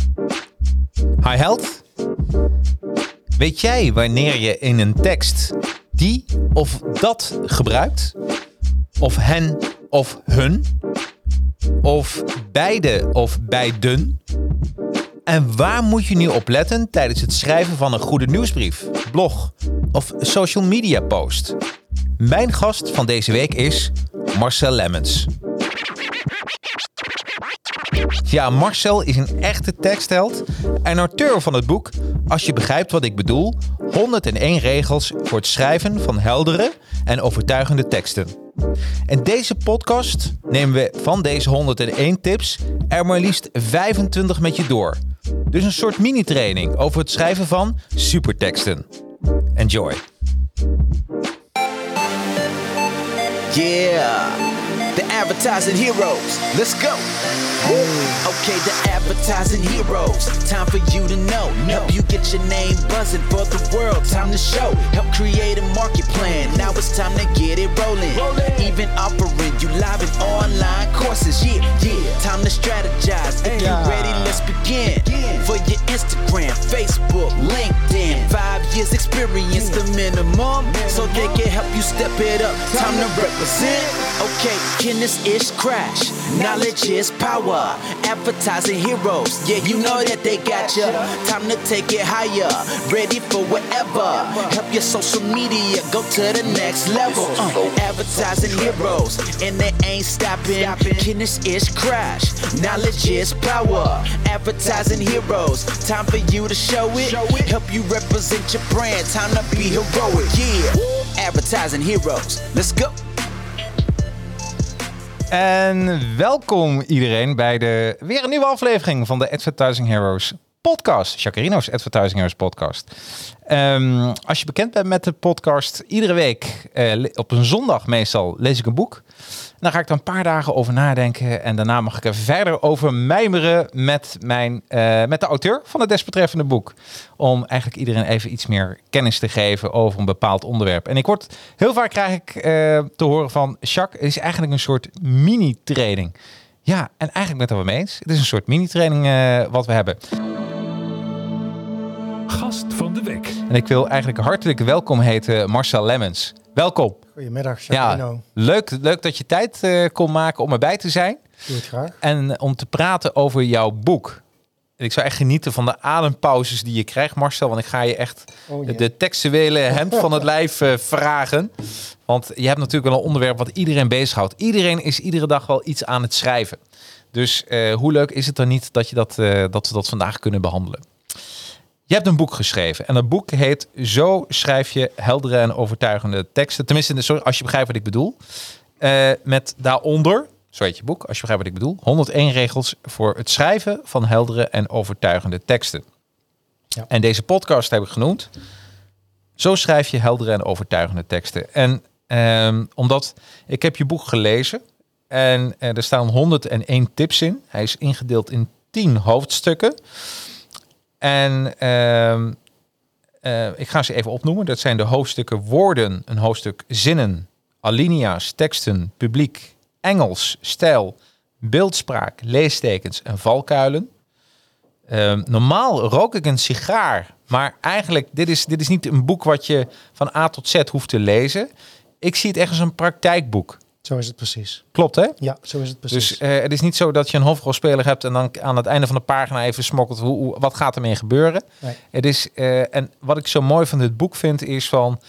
Hi held. Weet jij wanneer je in een tekst die of dat gebruikt? Of hen of hun? Of beide of beiden? En waar moet je nu op letten tijdens het schrijven van een goede nieuwsbrief, blog of social media post? Mijn gast van deze week is Marcel Lemmens. Ja, Marcel is een echte tekstheld en auteur van het boek Als je begrijpt wat ik bedoel, 101 regels voor het schrijven van heldere en overtuigende teksten. In deze podcast nemen we van deze 101 tips er maar liefst 25 met je door. Dus een soort mini-training over het schrijven van superteksten. Enjoy! Yeah, the advertising heroes. Let's go. Okay, the advertising heroes. Time for you to know. Help you get your name buzzing for the world. Time to show. Help create a market plan. Now it's time to get it rolling. Even offering you live and online courses. Yeah. Time to strategize. If you're ready, let's begin. For your Instagram, Facebook, LinkedIn. 5 years experience, the minimum. So they can help you step it up. Time to represent. Okay, Guinness is crash. Knowledge is power. Advertising heroes, yeah, you know that they got ya. Time to take it higher, ready for whatever. Help your social media go to the next level. Advertising heroes, and they ain't stopping. Guinness is crash, knowledge is power. Advertising heroes, time for you to show it. Help you represent your brand, time to be heroic, yeah. Advertising heroes, let's go. En welkom iedereen bij weer een nieuwe aflevering van de Advertising Heroes podcast. Jacarino's Advertising Heroes podcast. Als je bekend bent met de podcast, iedere week op een zondag meestal lees ik een boek. Dan ga ik er een paar dagen over nadenken en daarna mag ik er verder over mijmeren met de auteur van het desbetreffende boek. Om eigenlijk iedereen even iets meer kennis te geven over een bepaald onderwerp. En heel vaak krijg ik te horen van Jacques, het is eigenlijk een soort mini-training. Ja, en eigenlijk ben ik het er wel mee eens. Het is een soort mini-training wat we hebben. Gast van de week. En ik wil eigenlijk hartelijk welkom heten Marcel Lemmens. Welkom. Goedemiddag, Jacarino. Ja, leuk dat je tijd kon maken om erbij te zijn. Doe het graag. En om te praten over jouw boek. En ik zou echt genieten van de adempauzes die je krijgt, Marcel. Want ik ga je echt de textuele hemd van het lijf vragen. Want je hebt natuurlijk wel een onderwerp wat iedereen bezighoudt. Iedereen is iedere dag wel iets aan het schrijven. Dus hoe leuk is het dan niet dat we dat vandaag kunnen behandelen? Je hebt een boek geschreven en dat boek heet Zo schrijf je heldere en overtuigende teksten. Tenminste, als je begrijpt wat ik bedoel. Met daaronder, zo heet je boek, als je begrijpt wat ik bedoel, 101 regels voor het schrijven van heldere en overtuigende teksten. Ja. En deze podcast heb ik genoemd. Zo schrijf je heldere en overtuigende teksten. En omdat ik heb je boek gelezen en er staan 101 tips in. Hij is ingedeeld in 10 hoofdstukken. En ik ga ze even opnoemen. Dat zijn de hoofdstukken woorden, een hoofdstuk zinnen, alinea's, teksten, publiek, Engels, stijl, beeldspraak, leestekens en valkuilen. Normaal rook ik een sigaar, maar eigenlijk dit is niet een boek wat je van A tot Z hoeft te lezen. Ik zie het echt als een praktijkboek. Zo is het precies. Klopt, hè? Ja, zo is het precies. Dus het is niet zo dat je een hoofdrolspeler hebt en dan aan het einde van de pagina even smokkelt wat gaat ermee gebeuren. Nee. Het is, en wat ik zo mooi van dit boek vind is van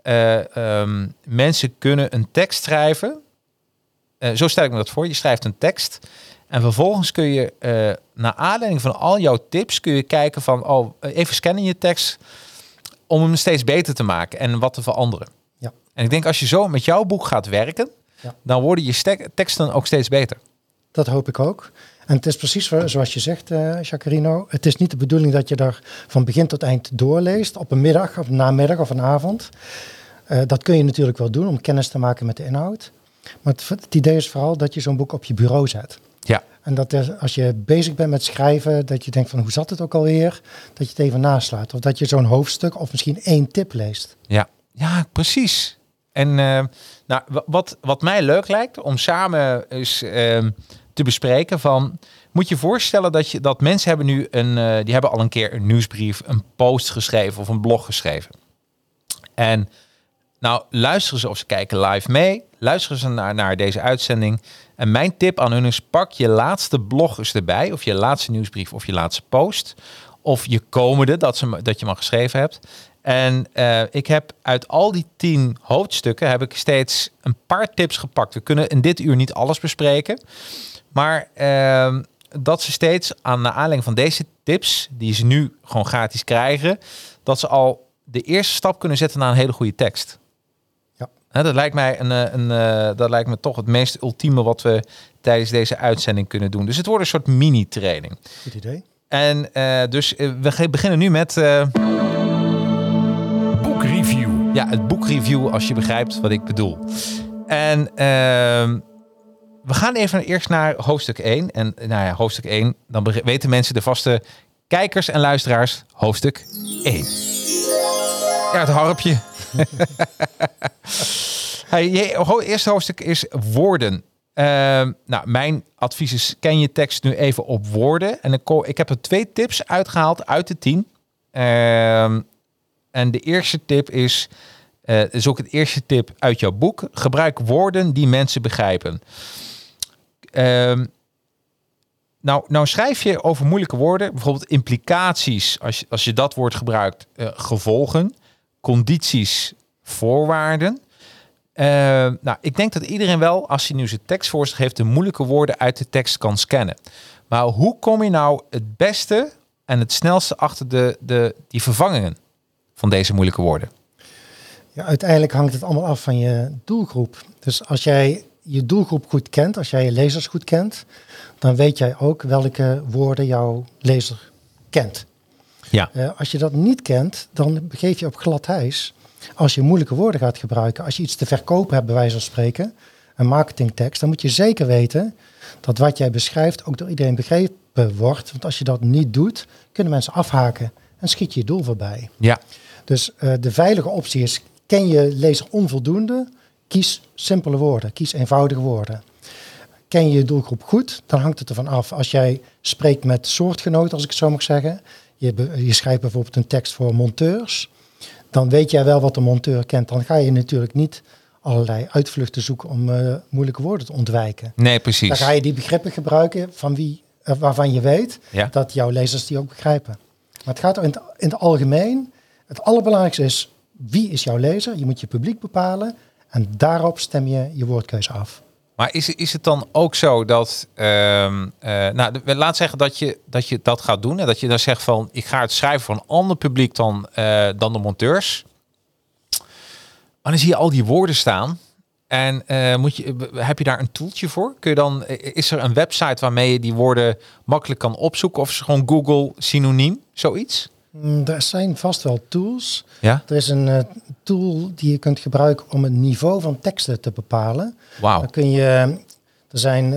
mensen kunnen een tekst schrijven. Zo stel ik me dat voor. Je schrijft een tekst en vervolgens kun je naar aanleiding van al jouw tips kun je kijken van even scannen je tekst om hem steeds beter te maken en wat te veranderen. Ja. En ik denk als je zo met jouw boek gaat werken, dan worden je teksten ook steeds beter. Dat hoop ik ook. En het is precies zoals je zegt, Jacarino. Het is niet de bedoeling dat je daar van begin tot eind doorleest op een middag, of een namiddag of een avond. Dat kun je natuurlijk wel doen om kennis te maken met de inhoud. Maar het idee is vooral dat je zo'n boek op je bureau zet. Ja. En dat als je bezig bent met schrijven, dat je denkt van hoe zat het ook alweer? Dat je het even naslaat. Of dat je zo'n hoofdstuk of misschien 1 tip leest. Ja, precies. En wat mij leuk lijkt om samen eens te bespreken van, Moet je voorstellen dat mensen hebben nu die hebben al een keer een nieuwsbrief, een post geschreven of een blog geschreven. En nou luisteren ze of ze kijken live mee, luisteren ze naar deze uitzending. En mijn tip aan hun is: pak je laatste blog eens erbij, of je laatste nieuwsbrief of je laatste post, of je komende dat je maar geschreven hebt. En ik heb uit al die 10 hoofdstukken heb ik steeds een paar tips gepakt. We kunnen in dit uur niet alles bespreken, maar dat ze steeds naar aanleiding van deze tips, die ze nu gewoon gratis krijgen, dat ze al de eerste stap kunnen zetten naar een hele goede tekst. Ja. Dat lijkt mij dat lijkt me toch het meest ultieme wat we tijdens deze uitzending kunnen doen. Dus het wordt een soort mini-training. Goed idee. En dus we beginnen nu met boekreview. Ja, het boekreview, als je begrijpt wat ik bedoel. En we gaan even eerst naar hoofdstuk 1. En nou ja, hoofdstuk 1, dan weten mensen, de vaste kijkers en luisteraars, hoofdstuk 1. Ja, het harpje. Eerste hoofdstuk is woorden. Nou, mijn advies is: ken je tekst nu even op woorden. En ik heb er 2 tips uitgehaald uit de 10. En de eerste tip is ook het eerste tip uit jouw boek. Gebruik woorden die mensen begrijpen. Nou schrijf je over moeilijke woorden. Bijvoorbeeld implicaties, als je dat woord gebruikt. Gevolgen, condities, voorwaarden. Nou, ik denk dat iedereen wel, als hij nu zijn tekst voor zich heeft, de moeilijke woorden uit de tekst kan scannen. Maar hoe kom je nou het beste en het snelste achter die vervangingen van deze moeilijke woorden? Ja, uiteindelijk hangt het allemaal af van je doelgroep. Dus als jij je doelgroep goed kent, als jij je lezers goed kent, dan weet jij ook welke woorden jouw lezer kent. Ja. Als je dat niet kent, dan begeef je op glad ijs. Als je moeilijke woorden gaat gebruiken, als je iets te verkopen hebt, bij wijze van spreken, een marketingtekst, dan moet je zeker weten dat wat jij beschrijft ook door iedereen begrepen wordt. Want als je dat niet doet, kunnen mensen afhaken en schiet je doel voorbij. Ja. Dus de veilige optie is: ken je lezer onvoldoende? Kies simpele woorden, kies eenvoudige woorden. Ken je je doelgroep goed, dan hangt het ervan af. Als jij spreekt met soortgenoten, als ik het zo mag zeggen, je schrijft bijvoorbeeld een tekst voor monteurs, dan weet jij wel wat de monteur kent. Dan ga je natuurlijk niet allerlei uitvluchten zoeken om moeilijke woorden te ontwijken. Nee, precies. Dan ga je die begrippen gebruiken waarvan je weet dat jouw lezers die ook begrijpen. Maar het gaat in het algemeen. Het allerbelangrijkste is: wie is jouw lezer? Je moet je publiek bepalen en daarop stem je je woordkeuze af. Maar is het dan ook zo dat, laat zeggen dat je dat gaat doen en dat je dan zegt van: ik ga het schrijven voor een ander publiek dan de monteurs. Maar dan zie je al die woorden staan en heb je daar een tooltje voor? Is er een website waarmee je die woorden makkelijk kan opzoeken, of is het gewoon Google synoniem, zoiets? Er zijn vast wel tools. Ja? Er is een tool die je kunt gebruiken om het niveau van teksten te bepalen. Wauw. Er zijn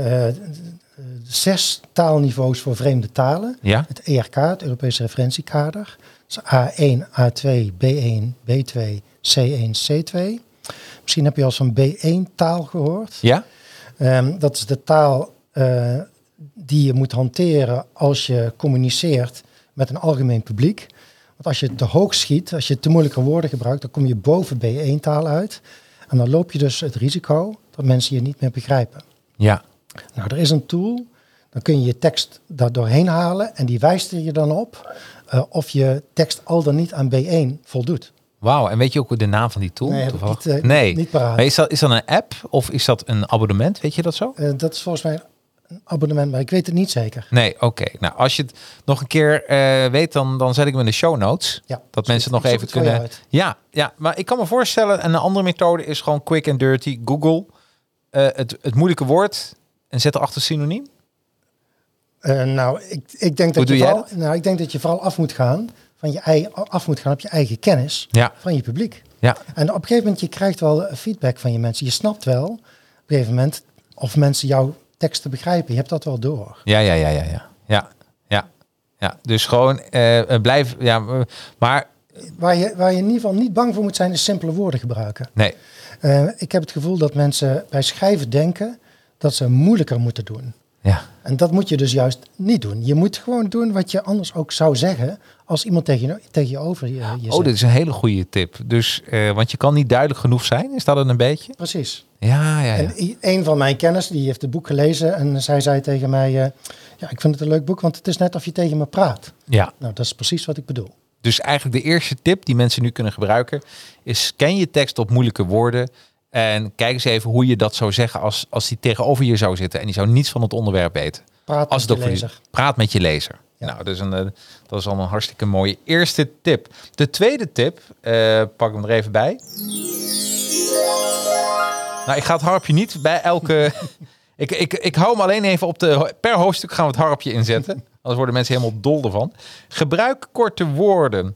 6 taalniveaus voor vreemde talen. Ja? Het ERK, het Europese referentiekader. Dus A1, A2, B1, B2, C1, C2. Misschien heb je al van B1 taal gehoord. Ja? Dat is de taal die je moet hanteren als je communiceert met een algemeen publiek. Want als je te hoog schiet, als je te moeilijke woorden gebruikt, dan kom je boven B1 taal uit. En dan loop je dus het risico dat mensen je niet meer begrijpen. Ja. Nou, er is een tool, dan kun je je tekst daar doorheen halen en die wijst er je dan op of je tekst al dan niet aan B1 voldoet. Wauw, en weet je ook de naam van die tool? Nee, niet paraat. Maar is dat een app of is dat een abonnement? Weet je dat zo? Dat is volgens mij een abonnement, maar ik weet het niet zeker. Nee, oké. Nou, als je het nog een keer weet, dan zet ik hem in de show notes. Ja, dat mensen nog even kunnen. Ja, maar ik kan me voorstellen, een andere methode is gewoon quick and dirty. Google het moeilijke woord en zet erachter synoniem. Ik denk dat je vooral af moet gaan op je eigen kennis van je publiek. Ja. En op een gegeven moment, je krijgt wel feedback van je mensen. Je snapt wel op een gegeven moment of mensen jouw teksten begrijpen. Je hebt dat wel door. Ja. Dus gewoon blijf. Ja, maar waar je in ieder geval niet bang voor moet zijn, is simpele woorden gebruiken. Nee. Ik heb het gevoel dat mensen bij schrijven denken dat ze moeilijker moeten doen. Ja. En dat moet je dus juist niet doen. Je moet gewoon doen wat je anders ook zou zeggen als iemand tegen je over je zegt. Dit is een hele goede tip. Dus, want je kan niet duidelijk genoeg zijn. Is dat het een beetje? Precies. Ja. En een van mijn kennis, die heeft het boek gelezen en zij zei tegen mij, ik vind het een leuk boek, want het is net of je tegen me praat. Ja. Nou, dat is precies wat ik bedoel. Dus eigenlijk de eerste tip die mensen nu kunnen gebruiken is scan je tekst op moeilijke woorden en kijk eens even hoe je dat zou zeggen als die tegenover je zou zitten en die zou niets van het onderwerp weten. Praat met je lezer. Ja. Nou, dat is al een hartstikke mooie eerste tip. De tweede tip, pak ik hem er even bij. Nou, ik ga het harpje niet bij elke... ik hou hem alleen even op per hoofdstuk gaan we het harpje inzetten. Anders worden mensen helemaal dol ervan. Gebruik korte woorden.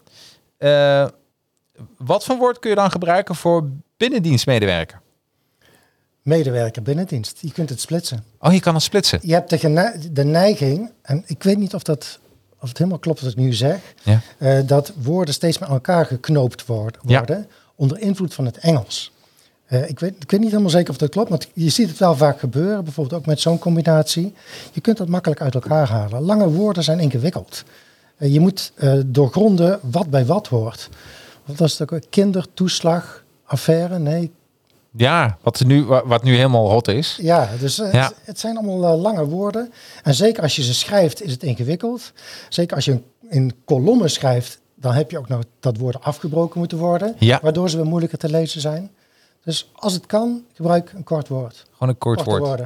Wat voor woord kun je dan gebruiken voor binnendienstmedewerker? Medewerker binnendienst. Je kunt het splitsen. Oh, je kan het splitsen. Je hebt de neiging, en ik weet niet of het helemaal klopt wat ik nu zeg, dat woorden steeds met elkaar geknoopt worden onder invloed van het Engels. Ik weet niet helemaal zeker of dat klopt, maar je ziet het wel vaak gebeuren, bijvoorbeeld ook met zo'n combinatie. Je kunt dat makkelijk uit elkaar halen. Lange woorden zijn ingewikkeld. Je moet doorgronden wat bij wat hoort. Wat is het ook? Kindertoeslag, affaire? Nee. Ja, wat nu helemaal hot is. Ja, dus het zijn allemaal lange woorden. En zeker als je ze schrijft, is het ingewikkeld. Zeker als je in kolommen schrijft, dan heb je ook nog dat woorden afgebroken moeten worden. Ja. Waardoor ze weer moeilijker te lezen zijn. Dus als het kan, gebruik een kort woord. Gewoon een kort woord.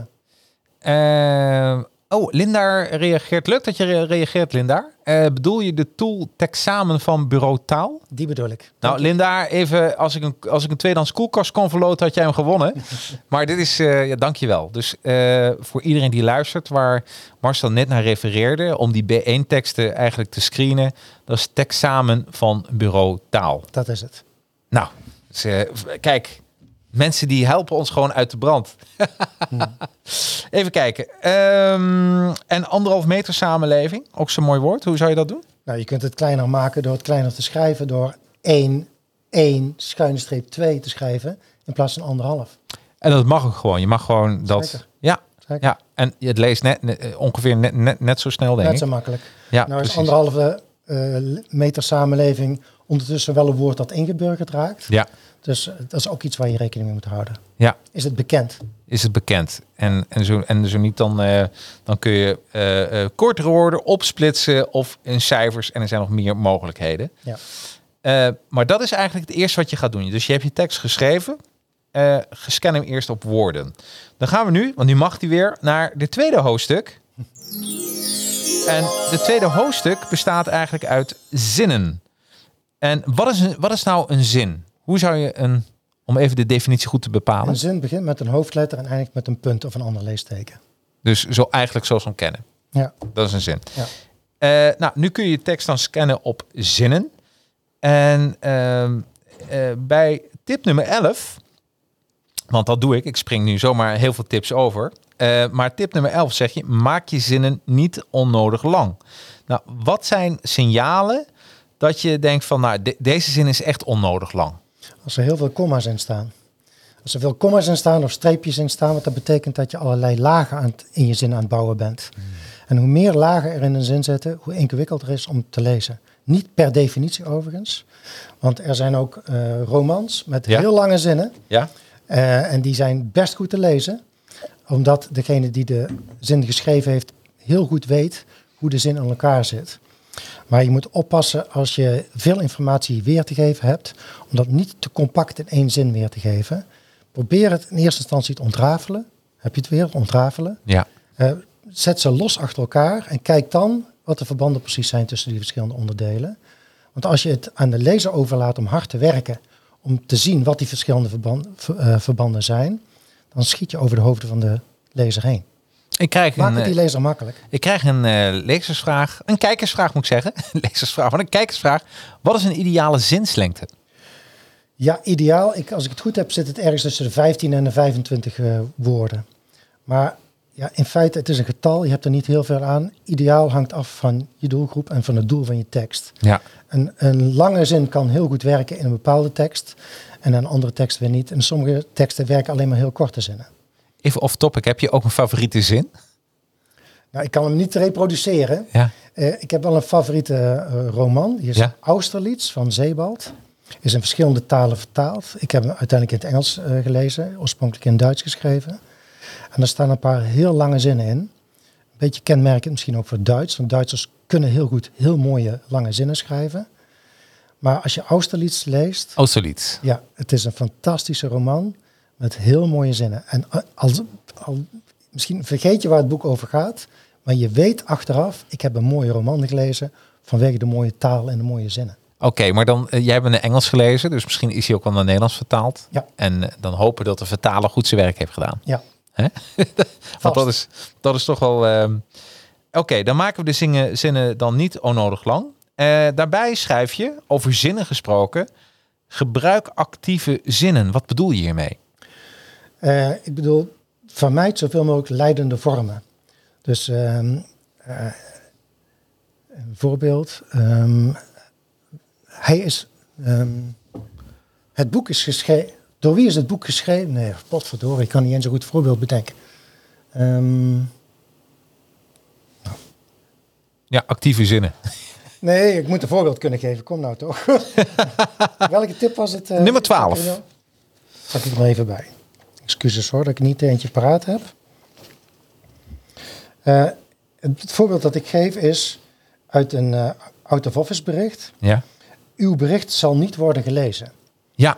Linda reageert. Leuk dat je reageert, Linda. Bedoel je de tool Texamen van Bureau Taal? Die bedoel ik. Nou, Linda, even als ik een tweedehands koelkast kon verloten, had jij hem gewonnen. Maar dit is, dankjewel. Dus voor iedereen die luistert, waar Marcel net naar refereerde, om die B1-teksten eigenlijk te screenen, dat is Texamen van Bureau Taal. Dat is het. Nou, dus, kijk, mensen die helpen ons gewoon uit de brand. Even kijken. En 1,5 meter samenleving, ook zo'n mooi woord. Hoe zou je dat doen? Nou, je kunt het kleiner maken door het kleiner te schrijven, door 1 schuine streep 2 te schrijven in plaats van 1,5. En dat mag ook gewoon. Je mag gewoon dat. Zeker. Ja. Zeker. Ja. En het leest ongeveer net zo snel, denk ik. Net zo makkelijk. Ja, nou is 1,5 meter samenleving ondertussen wel een woord dat ingeburgerd raakt. Ja. Dus dat is ook iets waar je rekening mee moet houden. Ja. Is het bekend? Is het bekend? En zo niet, dan kun je kortere woorden opsplitsen of in cijfers. En er zijn nog meer mogelijkheden. Ja. Maar dat is eigenlijk het eerste wat je gaat doen. Dus je hebt je tekst geschreven. Scan hem eerst op woorden. Dan gaan we nu, want nu mag die weer, naar de tweede hoofdstuk. En de tweede hoofdstuk bestaat eigenlijk uit zinnen. En wat is nou een zin? Hoe zou je om even de definitie goed te bepalen? Een zin begint met een hoofdletter en eindigt met een punt of een ander leesteken. Dus eigenlijk zoals we hem kennen. Ja. Dat is een zin. Ja. Nou, nu kun je je tekst dan scannen op zinnen. En bij tip nummer 11, want dat doe ik. Ik spring nu zomaar heel veel tips over. Maar tip nummer 11 zeg je, maak je zinnen niet onnodig lang. Nou, wat zijn signalen dat je denkt van, nou, deze zin is echt onnodig lang? Als er heel veel komma's in staan. Als er veel komma's in staan of streepjes in staan, want dat betekent dat je allerlei lagen in je zin aan het bouwen bent. En hoe meer lagen er in een zin zitten, hoe ingewikkelder is om te lezen. Niet per definitie overigens, want er zijn ook romans met heel lange zinnen. Ja. En die zijn best goed te lezen, omdat degene die de zin geschreven heeft heel goed weet hoe de zin in elkaar zit. Maar je moet oppassen als je veel informatie weer te geven hebt, om dat niet te compact in één zin weer te geven. Probeer het in eerste instantie te ontrafelen. Heb je het weer, ontrafelen? Ja. Zet ze los achter elkaar en kijk dan wat de verbanden precies zijn tussen die verschillende onderdelen. Want als je het aan de lezer overlaat om hard te werken, om te zien wat die verschillende verbanden zijn, dan schiet je over de hoofden van de lezer heen. Maak het die lezer makkelijk. Ik krijg een lezersvraag, een kijkersvraag moet ik zeggen. Lezersvraag, maar een kijkersvraag. Wat is een ideale zinslengte? Ja, ideaal. Als ik het goed heb, zit het ergens tussen de 15 en de 25 woorden. Maar ja, in feite, het is een getal. Je hebt er niet heel veel aan. Ideaal hangt af van je doelgroep en van het doel van je tekst. Ja. Een lange zin kan heel goed werken in een bepaalde tekst en een andere tekst weer niet. En sommige teksten werken alleen maar heel korte zinnen. Even off topic, heb je ook een favoriete zin? Nou, ik kan hem niet reproduceren. Ja. Ik heb wel een favoriete roman. Die is Austerlitz van Sebald. Is in verschillende talen vertaald. Ik heb hem uiteindelijk in het Engels gelezen. Oorspronkelijk in het Duits geschreven. En er staan een paar heel lange zinnen in. Een beetje kenmerkend misschien ook voor Duits. Want Duitsers kunnen heel goed heel mooie lange zinnen schrijven. Maar als je Austerlitz leest... Austerlitz. Ja, het is een fantastische roman met heel mooie zinnen. En misschien vergeet je waar het boek over gaat... maar je weet achteraf, ik heb een mooie roman gelezen... vanwege de mooie taal en de mooie zinnen. Oké, maar dan, jij hebt in het Engels gelezen... dus misschien is hij ook wel naar Nederlands vertaald. Ja. En dan hopen dat de vertaler goed zijn werk heeft gedaan. Ja. Hè? Want dat is toch wel... Oké, dan maken we de zinnen dan niet onnodig lang... daarbij schrijf je, over zinnen gesproken, gebruik actieve zinnen. Wat bedoel je hiermee? Ik bedoel, vermijd zoveel mogelijk leidende vormen. Dus een voorbeeld. Het boek is geschreven. Door wie is het boek geschreven? Nee, potverdorie, ik kan niet eens een goed voorbeeld bedenken. Ja, actieve zinnen. Nee, ik moet een voorbeeld kunnen geven. Kom nou toch. Welke tip was het? Nummer 12. Zet ik er maar even bij. Excuses hoor, dat ik niet eentje paraat heb. Het voorbeeld dat ik geef is uit een out-of-office bericht. Ja. Uw bericht zal niet worden gelezen. Ja.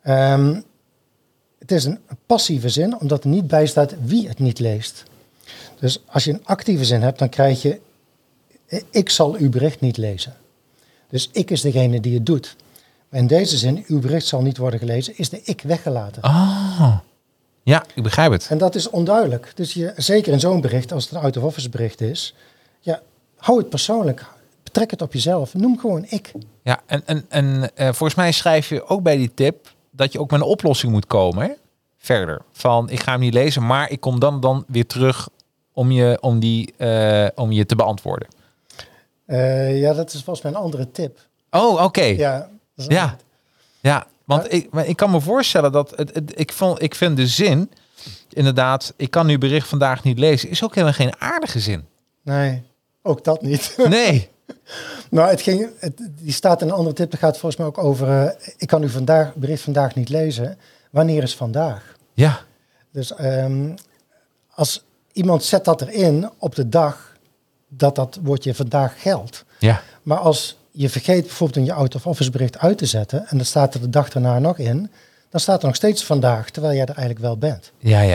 Het is een passieve zin, omdat er niet bij staat wie het niet leest. Dus als je een actieve zin hebt, dan krijg je... Ik zal uw bericht niet lezen. Dus ik is degene die het doet. Maar in deze zin, uw bericht zal niet worden gelezen, is de ik weggelaten. Ah, ja, ik begrijp het. En dat is onduidelijk. Dus zeker in zo'n bericht, als het een out-of-office bericht is, ja, hou het persoonlijk. Betrek het op jezelf. Noem gewoon ik. Ja, en volgens mij schrijf je ook bij die tip dat je ook met een oplossing moet komen. Hè? Verder. Van, ik ga hem niet lezen, maar ik kom dan weer terug om je te beantwoorden. Ja, dat is volgens mij een andere tip. Oh, oké. Ja, Ja, want ik kan me voorstellen dat ik vind de zin, inderdaad, ik kan uw bericht vandaag niet lezen, is ook helemaal geen aardige zin. Nee, ook dat niet. Nee. Nou, die staat in een andere tip, dat gaat volgens mij ook over, ik kan uw bericht vandaag niet lezen. Wanneer is vandaag? Ja. Dus als iemand zet dat erin op de dag dat woordje vandaag geldt. Ja. Maar als je vergeet bijvoorbeeld in je out-of-office bericht uit te zetten en dan staat er de dag daarna nog in, dan staat er nog steeds vandaag, terwijl jij er eigenlijk wel bent.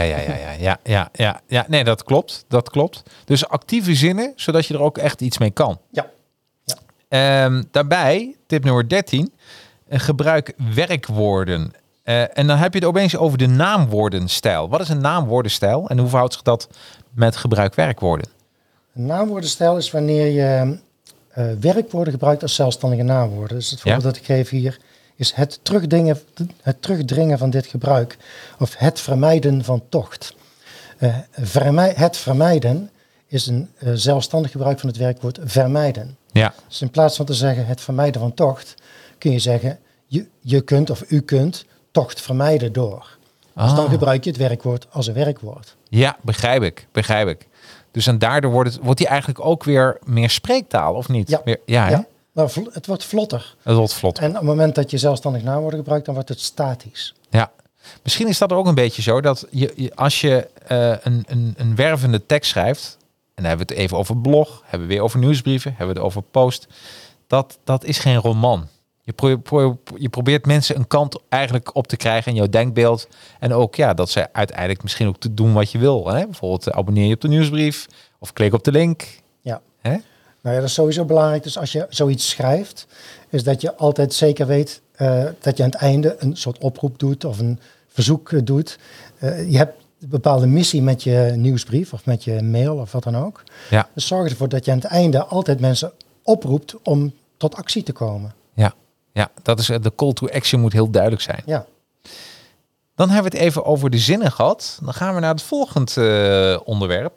Ja. Nee, dat klopt. Dus actieve zinnen, zodat je er ook echt iets mee kan. Ja. Daarbij, tip nummer 13, gebruik werkwoorden. En dan heb je het opeens over de naamwoordenstijl. Wat is een naamwoordenstijl en hoe verhoudt zich dat met gebruik werkwoorden? Een naamwoordenstijl is wanneer je werkwoorden gebruikt als zelfstandige naamwoorden. Dus het voorbeeld dat ik geef hier is het terugdringen van dit gebruik. Of het vermijden van tocht. Het vermijden is een zelfstandig gebruik van het werkwoord vermijden. Ja. Dus in plaats van te zeggen het vermijden van tocht, kun je zeggen je kunt of u kunt tocht vermijden door. Dus dan gebruik je het werkwoord als een werkwoord. Ja, begrijp ik. Dus en daardoor wordt die eigenlijk ook weer meer spreektaal, of niet? Ja. Nou, het wordt vlotter. Het wordt vlotter. En op het moment dat je zelfstandig naamwoorden gebruikt, dan wordt het statisch. Ja. Misschien is dat ook een beetje zo dat als je een wervende tekst schrijft, en dan hebben we het even over blog, hebben we weer over nieuwsbrieven, hebben we het over post. Dat is geen roman. Je probeert mensen een kant eigenlijk op te krijgen in jouw denkbeeld. En ook dat ze uiteindelijk misschien ook te doen wat je wil. Hè? Bijvoorbeeld abonneer je op de nieuwsbrief of klik op de link. Ja. Hè? Nou ja, dat is sowieso belangrijk. Dus als je zoiets schrijft, is dat je altijd zeker weet dat je aan het einde een soort oproep doet of een verzoek doet. Je hebt een bepaalde missie met je nieuwsbrief of met je mail of wat dan ook. Ja. Dus zorg ervoor dat je aan het einde altijd mensen oproept om tot actie te komen. Ja, dat is de call to action moet heel duidelijk zijn. Ja. Dan hebben we het even over de zinnen gehad. Dan gaan we naar het volgende onderwerp.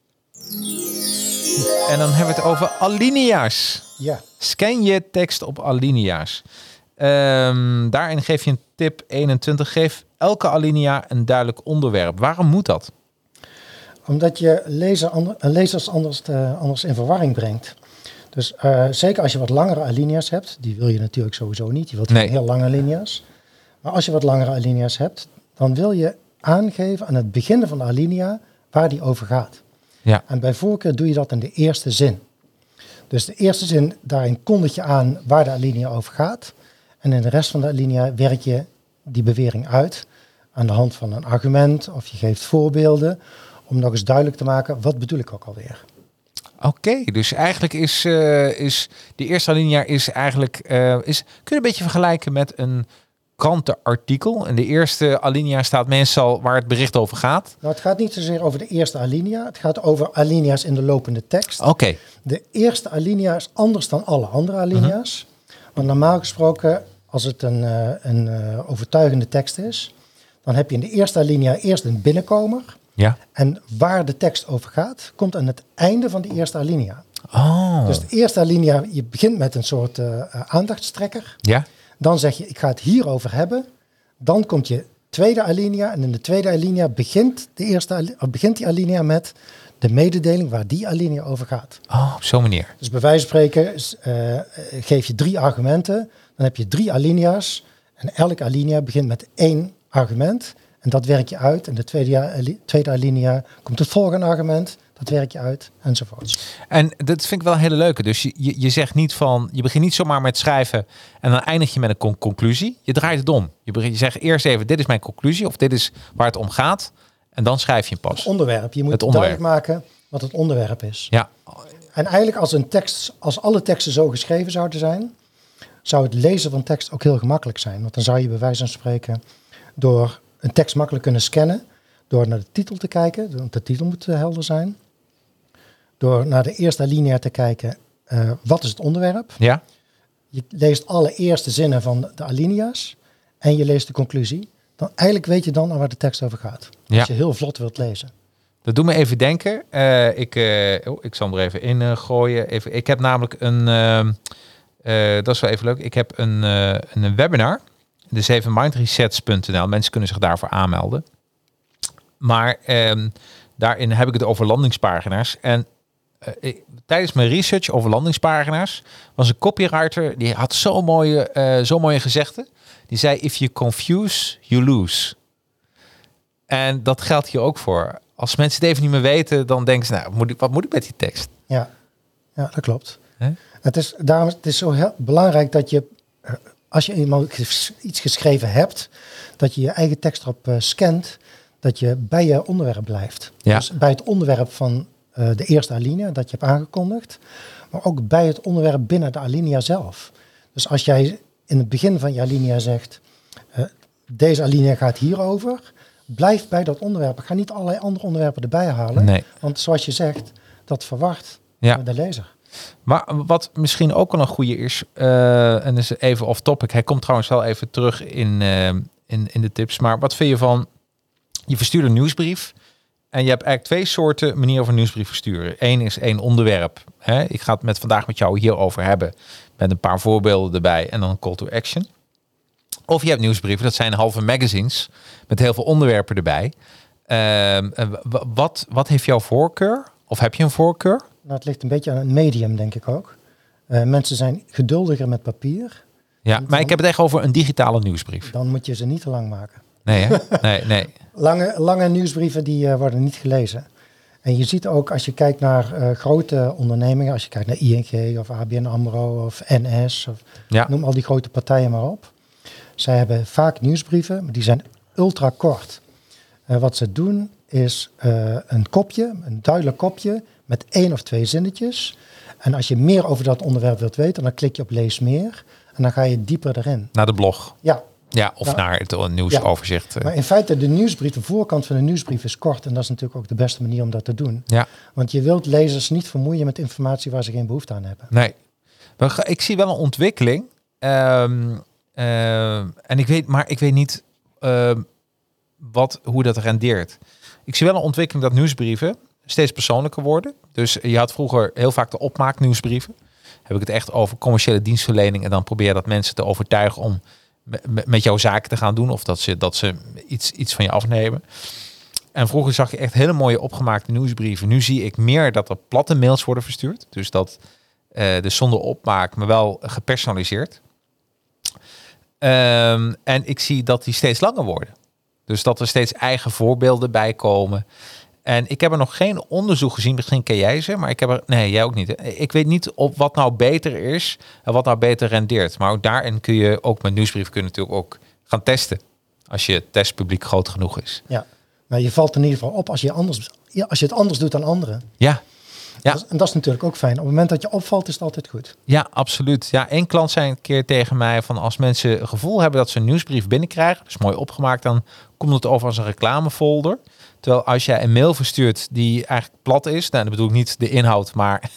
En dan hebben we het over alinea's. Ja. Scan je tekst op alinea's. Daarin geef je een tip 21. Geef elke alinea een duidelijk onderwerp. Waarom moet dat? Omdat je lezers anders in verwarring brengt. Dus zeker als je wat langere alinea's hebt, die wil je natuurlijk sowieso niet. Je wilt heel lange alinea's. Maar als je wat langere alinea's hebt, dan wil je aangeven aan het begin van de alinea waar die over gaat. Ja. En bij voorkeur doe je dat in de eerste zin. Dus de eerste zin, daarin kondig je aan waar de alinea over gaat. En in de rest van de alinea werk je die bewering uit aan de hand van een argument of je geeft voorbeelden om nog eens duidelijk te maken, wat bedoel ik ook alweer. Oké, dus eigenlijk is de eerste alinea is eigenlijk, kun je een beetje vergelijken met een krantenartikel. En de eerste alinea staat meestal waar het bericht over gaat. Nou, het gaat niet zozeer over de eerste alinea. Het gaat over alinea's in de lopende tekst. Oké. De eerste alinea is anders dan alle andere alinea's. Want normaal gesproken, als het een overtuigende tekst is, dan heb je in de eerste alinea eerst een binnenkomer. Ja. En waar de tekst over gaat, komt aan het einde van de eerste alinea. Oh. Dus de eerste alinea, je begint met een soort aandachtstrekker. Ja. Dan zeg je, ik ga het hierover hebben. Dan komt je tweede alinea. En in de tweede alinea begint die alinea met de mededeling waar die alinea over gaat. Oh, op zo'n manier. Dus bij wijze van spreken geef je 3 argumenten. Dan heb je 3 alinea's. En elke alinea begint met 1 argument. En dat werk je uit. En de tweede alinea komt het volgende argument. Dat werk je uit, enzovoorts. En dat vind ik wel een hele leuke. Dus je zegt niet van, je begint niet zomaar met schrijven en dan eindig je met een conclusie. Je draait het om. Je zegt eerst even, dit is mijn conclusie of dit is waar het om gaat. En dan schrijf je hem pas. Het onderwerp. Je moet duidelijk maken wat het onderwerp is. Ja. En eigenlijk als alle teksten zo geschreven zouden zijn, zou het lezen van tekst ook heel gemakkelijk zijn. Want dan zou je bij wijze van spreken door een tekst makkelijk kunnen scannen, door naar de titel te kijken, want de titel moet helder zijn. Door naar de eerste alinea te kijken, wat is het onderwerp? Ja. Je leest alle eerste zinnen van de alinea's en je leest de conclusie. Dan eigenlijk weet je dan aan waar de tekst over gaat. Ja. Als je heel vlot wilt lezen. Dat doet me even denken. Ik zal hem er even in gooien. Ik heb namelijk dat is wel even leuk. Ik heb een webinar. De 7mindresets.nl. Mensen kunnen zich daarvoor aanmelden. Maar daarin heb ik het over landingspagina's. En tijdens mijn research over landingspagina's was een copywriter, die had zo'n mooie gezegde. Die zei, if you confuse, you lose. En dat geldt hier ook voor. Als mensen het even niet meer weten, dan denken ze, nou, wat moet ik met die tekst? Ja, dat klopt. Daarom is het zo heel belangrijk dat je, als je eenmaal iets geschreven hebt, dat je je eigen tekst erop scant, dat je bij je onderwerp blijft. Ja. Dus bij het onderwerp van de eerste alinea dat je hebt aangekondigd, maar ook bij het onderwerp binnen de alinea zelf. Dus als jij in het begin van je alinea zegt, deze alinea gaat hierover, blijf bij dat onderwerp. Ga niet allerlei andere onderwerpen erbij halen. Nee. Want zoals je zegt, dat verwart de lezer. Maar wat misschien ook wel een goede is, en dat is even off topic. Hij komt trouwens wel even terug in de tips. Maar wat vind je van, je verstuurt een nieuwsbrief en je hebt eigenlijk 2 soorten manieren van nieuwsbrief versturen. Eén is één onderwerp. Hè? Ik ga het vandaag met jou hierover hebben. Met een paar voorbeelden erbij en dan een call to action. Of je hebt nieuwsbrieven, dat zijn halve magazines met heel veel onderwerpen erbij. Wat heeft jouw voorkeur? Of heb je een voorkeur? Nou, het ligt een beetje aan het medium, denk ik ook. Mensen zijn geduldiger met papier. Ja, maar ik heb het echt over een digitale nieuwsbrief. Dan moet je ze niet te lang maken. Nee, hè? Nee. Lange nieuwsbrieven die worden niet gelezen. En je ziet ook als je kijkt naar grote ondernemingen, als je kijkt naar ING of ABN AMRO of NS, of noem al die grote partijen maar op. Zij hebben vaak nieuwsbrieven, maar die zijn ultra kort. Wat ze doen is een duidelijk kopje met 1 of 2 zinnetjes. En als je meer over dat onderwerp wilt weten, dan klik je op lees meer. En dan ga je dieper erin. Naar de blog. Ja, of naar het nieuwsoverzicht. Ja. Maar in feite de voorkant van de nieuwsbrief is kort. En dat is natuurlijk ook de beste manier om dat te doen. Ja. Want je wilt lezers niet vermoeien met informatie waar ze geen behoefte aan hebben. Nee. Maar ik zie wel een ontwikkeling. En ik weet niet hoe dat rendeert. Ik zie wel een ontwikkeling dat nieuwsbrieven steeds persoonlijker worden. Dus je had vroeger heel vaak de opmaaknieuwsbrieven. Heb ik het echt over commerciële dienstverlening en dan probeer dat mensen te overtuigen om met jouw zaken te gaan doen of dat ze iets van je afnemen. En vroeger zag je echt hele mooie opgemaakte nieuwsbrieven. Nu zie ik meer dat er platte mails worden verstuurd. Dus dat dus zonder opmaak, maar wel gepersonaliseerd. En ik zie dat die steeds langer worden. Dus dat er steeds eigen voorbeelden bij komen. En ik heb er nog geen onderzoek gezien. Misschien ken jij ze, maar ik heb er... Nee, jij ook niet. Hè? Ik weet niet op wat nou beter is en wat nou beter rendeert. Maar ook daarin kun je ook met nieuwsbrieven natuurlijk ook gaan testen. Als je testpubliek groot genoeg is. Ja, maar je valt in ieder geval op als je het anders doet dan anderen. Ja. Ja. En dat is natuurlijk ook fijn. Op het moment dat je opvalt, is het altijd goed. Ja, absoluut. Ja, één klant zei een keer tegen mij van als mensen het gevoel hebben dat ze een nieuwsbrief binnenkrijgen, dus mooi opgemaakt, dan komt het over als een reclamefolder. Terwijl als jij een mail verstuurt die eigenlijk plat is, nou, dan bedoel ik niet de inhoud, maar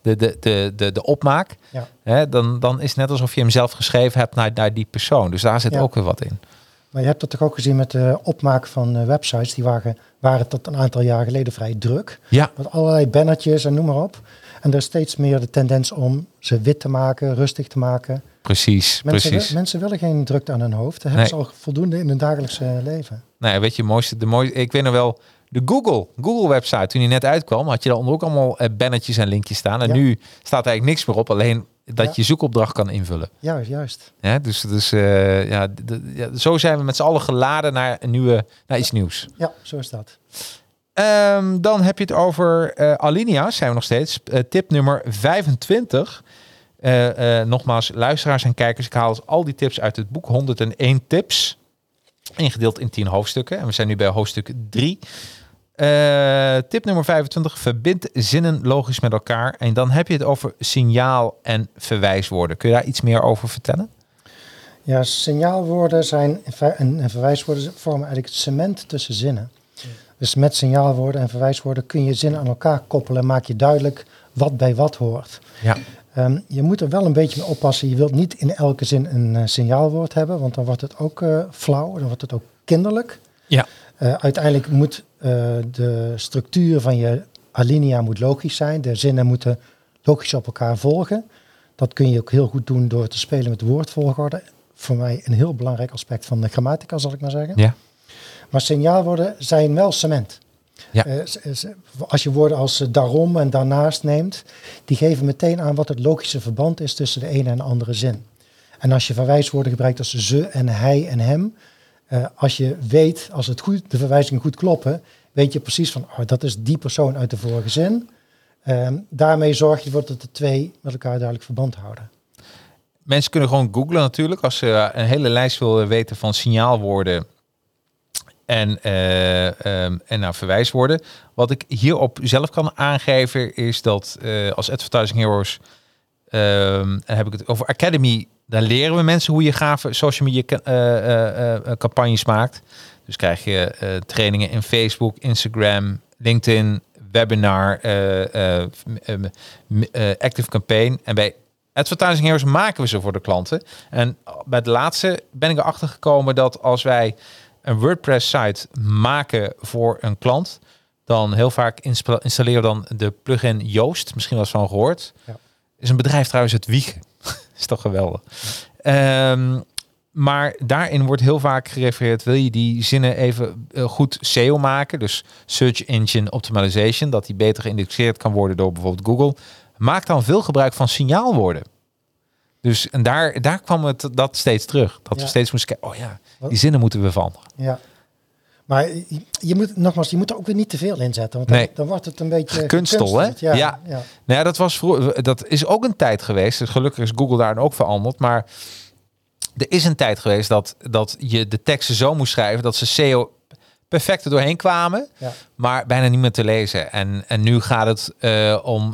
de opmaak, Ja. Hè, dan is het net alsof je hem zelf geschreven hebt naar die persoon. Dus daar zit ook weer wat in. Maar je hebt dat toch ook gezien met de opmaak van websites. Die waren tot een aantal jaar geleden vrij druk. Ja. Met allerlei bannertjes en noem maar op. En er is steeds meer de tendens om ze wit te maken, rustig te maken. Precies. Mensen willen geen drukte aan hun hoofd. Dat hebben ze al voldoende in hun dagelijkse leven. Nou, weet je, de mooiste, ik weet nog wel, de Google website, toen die net uitkwam, had je daaronder ook allemaal bannertjes en linkjes staan. En nu staat er eigenlijk niks meer op, alleen dat je zoekopdracht kan invullen. Juist. Ja, dus zo zijn we met z'n allen geladen naar iets nieuws. Ja, zo is dat. Dan heb je het over Alinea, zijn we nog steeds. Tip nummer 25. Nogmaals, luisteraars en kijkers, ik haal al die tips uit het boek 101 tips. Ingedeeld in 10 hoofdstukken. En we zijn nu bij hoofdstuk 3. Tip nummer 25. Verbind zinnen logisch met elkaar. En dan heb je het over signaal- en verwijswoorden. Kun je daar iets meer over vertellen? Ja, signaalwoorden en verwijswoorden vormen eigenlijk het cement tussen zinnen. Dus met signaalwoorden en verwijswoorden kun je zinnen aan elkaar koppelen en maak je duidelijk wat bij wat hoort. Ja. Je moet er wel een beetje mee oppassen. Je wilt niet in elke zin een signaalwoord hebben, want dan wordt het ook flauw, dan wordt het ook kinderlijk. Ja. Uiteindelijk moet de structuur van je alinea moet logisch zijn. De zinnen moeten logisch op elkaar volgen. Dat kun je ook heel goed doen door te spelen met de woordvolgorde. Voor mij een heel belangrijk aspect van de grammatica, zal ik maar zeggen. Ja. Maar signaalwoorden zijn wel cement. Ja. Als je woorden als daarom en daarnaast neemt, die geven meteen aan wat het logische verband is tussen de ene en de andere zin. En als je verwijswoorden gebruikt als ze en hij en hem, als je weet, als de verwijzingen goed kloppen, weet je precies van, dat is die persoon uit de vorige zin. Daarmee zorg je ervoor dat de twee met elkaar duidelijk verband houden. Mensen kunnen gewoon googlen natuurlijk. Als ze een hele lijst willen weten van signaalwoorden en verwijswoorden. Wat ik hierop zelf kan aangeven is dat als Advertising Heroes, en heb ik het over Academy, daar leren we mensen hoe je gave social media campagnes maakt. Dus krijg je trainingen in Facebook, Instagram, LinkedIn, webinar, Active Campaign. En bij Advertising Heroes maken we ze voor de klanten. En bij de laatste ben ik erachter gekomen dat als wij een WordPress site maken voor een klant, dan heel vaak installeren we dan de plugin Yoast. Misschien wel eens van gehoord. Ja. Is een bedrijf trouwens uit Wiegen. Is toch geweldig. Maar daarin wordt heel vaak gerefereerd, wil je die zinnen even goed SEO maken, dus Search Engine Optimization, dat die beter geïndexeerd kan worden door bijvoorbeeld Google. Maak dan veel gebruik van signaalwoorden. Dus en daar kwam dat steeds terug. Dat we steeds moesten kijken, die zinnen moeten we veranderen. Ja. Maar je moet er ook weer niet te veel inzetten. Want dan wordt het een beetje kunstel, hè? Ja. Nou ja, dat is ook een tijd geweest. Dus gelukkig is Google daar ook veranderd. Maar er is een tijd geweest dat je de teksten zo moest schrijven dat ze SEO perfect er doorheen kwamen, maar bijna niet meer te lezen. En nu gaat het om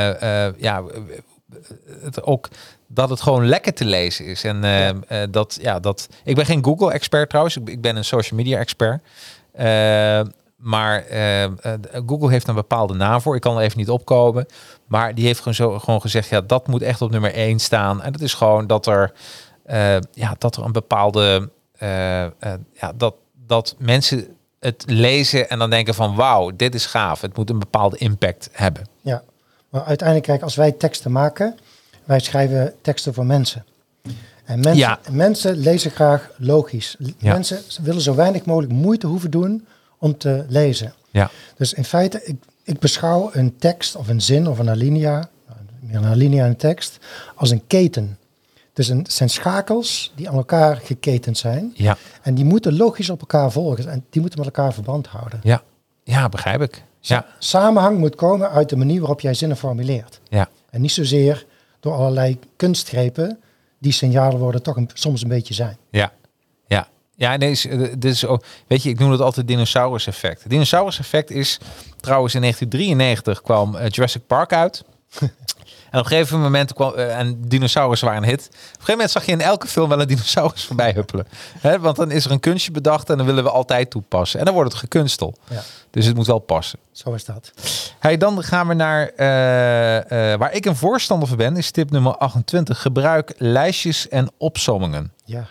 ook dat het gewoon lekker te lezen is. En ik ben geen Google-expert trouwens. Ik ben een social media-expert. Maar Google heeft een bepaalde naam voor. Ik kan er even niet opkomen. Maar die heeft gewoon gezegd, dat moet echt op nummer 1 staan. En dat is gewoon dat er een bepaalde dat mensen het lezen en dan denken van wauw, dit is gaaf. Het moet een bepaalde impact hebben. Ja, maar uiteindelijk, kijk, als wij teksten maken, wij schrijven teksten voor mensen. En mensen lezen graag logisch. Ja. Mensen willen zo weinig mogelijk moeite hoeven doen om te lezen. Ja. Dus in feite, ik beschouw een tekst of een zin of een alinea, meer een alinea in tekst, als een keten. Dus het zijn schakels die aan elkaar geketend zijn. Ja. En die moeten logisch op elkaar volgen. En die moeten met elkaar verband houden. Ja, begrijp ik. Ja. Samenhang moet komen uit de manier waarop jij zinnen formuleert. Ja. En niet zozeer door allerlei kunstgrepen die signalen worden toch soms een beetje zijn. Ja. Ja, dit is ook, weet je, ik noem het altijd dinosaurus-effect. Het dinosaurus-effect is trouwens in 1993 kwam Jurassic Park uit. En op een gegeven moment kwam en dinosaurussen waren een hit. Op een gegeven moment zag je in elke film wel een dinosaurus voorbij huppelen. Want dan is er een kunstje bedacht en dan willen we altijd toepassen. En dan wordt het gekunstel. Ja. Dus het moet wel passen. Zo is dat. Hey, dan gaan we naar waar ik een voorstander van ben, is tip nummer 28. Gebruik lijstjes en opsommingen. Ja.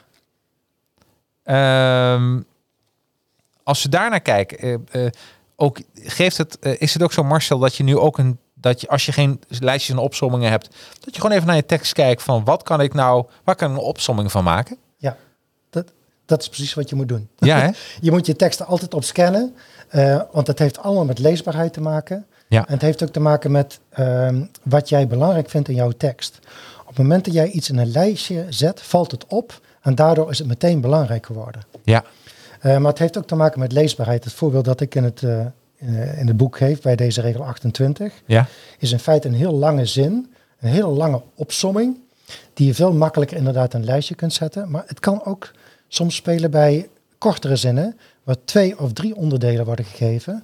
Als we daarnaar kijken, ook geeft het, is het ook zo, Marcel, dat je nu ook dat je als je geen lijstjes en opsommingen hebt, dat je gewoon even naar je tekst kijkt van waar kan ik een opsomming van maken? Ja, dat is precies wat je moet doen. Ja, hè? Je moet je teksten altijd op scannen, want het heeft allemaal met leesbaarheid te maken. Ja. En het heeft ook te maken met wat jij belangrijk vindt in jouw tekst. Op het moment dat jij iets in een lijstje zet, valt het op en daardoor is het meteen belangrijk geworden. Ja. Maar het heeft ook te maken met leesbaarheid. Het voorbeeld dat ik in het boek geef bij deze regel 28, is in feite een heel lange zin, een hele lange opsomming, die je veel makkelijker inderdaad in een lijstje kunt zetten. Maar het kan ook soms spelen bij kortere zinnen, waar 2 of 3 onderdelen worden gegeven.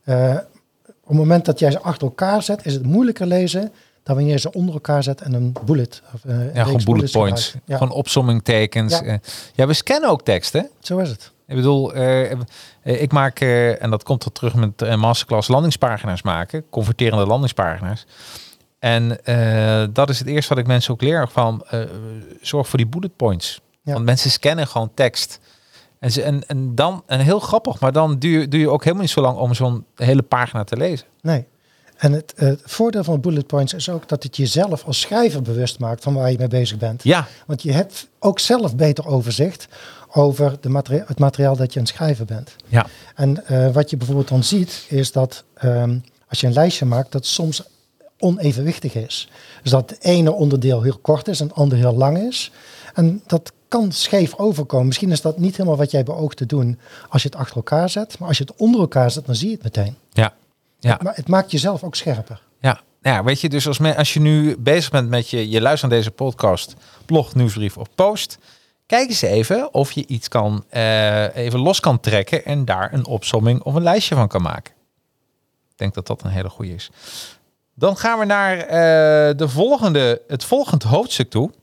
Op het moment dat jij ze achter elkaar zet, is het moeilijker lezen dan wanneer je ze onder elkaar zet en een bullet. Gewoon bullet points. Ja. Gewoon opsommingtekens. Ja, we scannen ook tekst, hè? Zo is het. Ik bedoel, ik maak, en dat komt er terug met masterclass, landingspagina's maken. Converterende landingspagina's. En dat is het eerste wat ik mensen ook leer. Van, zorg voor die bullet points. Ja. Want mensen scannen gewoon tekst. En dan, en heel grappig, maar dan doe je ook helemaal niet zo lang om zo'n hele pagina te lezen. Nee. En het voordeel van bullet points is ook dat het jezelf als schrijver bewust maakt van waar je mee bezig bent. Ja. Want je hebt ook zelf beter overzicht over het materiaal dat je aan het schrijven bent. Ja. En wat je bijvoorbeeld dan ziet, is dat als je een lijstje maakt, dat soms onevenwichtig is. Dus dat het ene onderdeel heel kort is en het andere heel lang is. En dat kan scheef overkomen. Misschien is dat niet helemaal wat jij beoogt te doen als je het achter elkaar zet. Maar als je het onder elkaar zet, dan zie je het meteen. Ja. Ja. Maar het maakt jezelf ook scherper. Ja, weet je, dus als je nu bezig bent met je luistert naar deze podcast, blog, nieuwsbrief of post, kijk eens even of je iets kan even los kan trekken en daar een opsomming of een lijstje van kan maken. Ik denk dat dat een hele goede is. Dan gaan we naar het volgende hoofdstuk toe.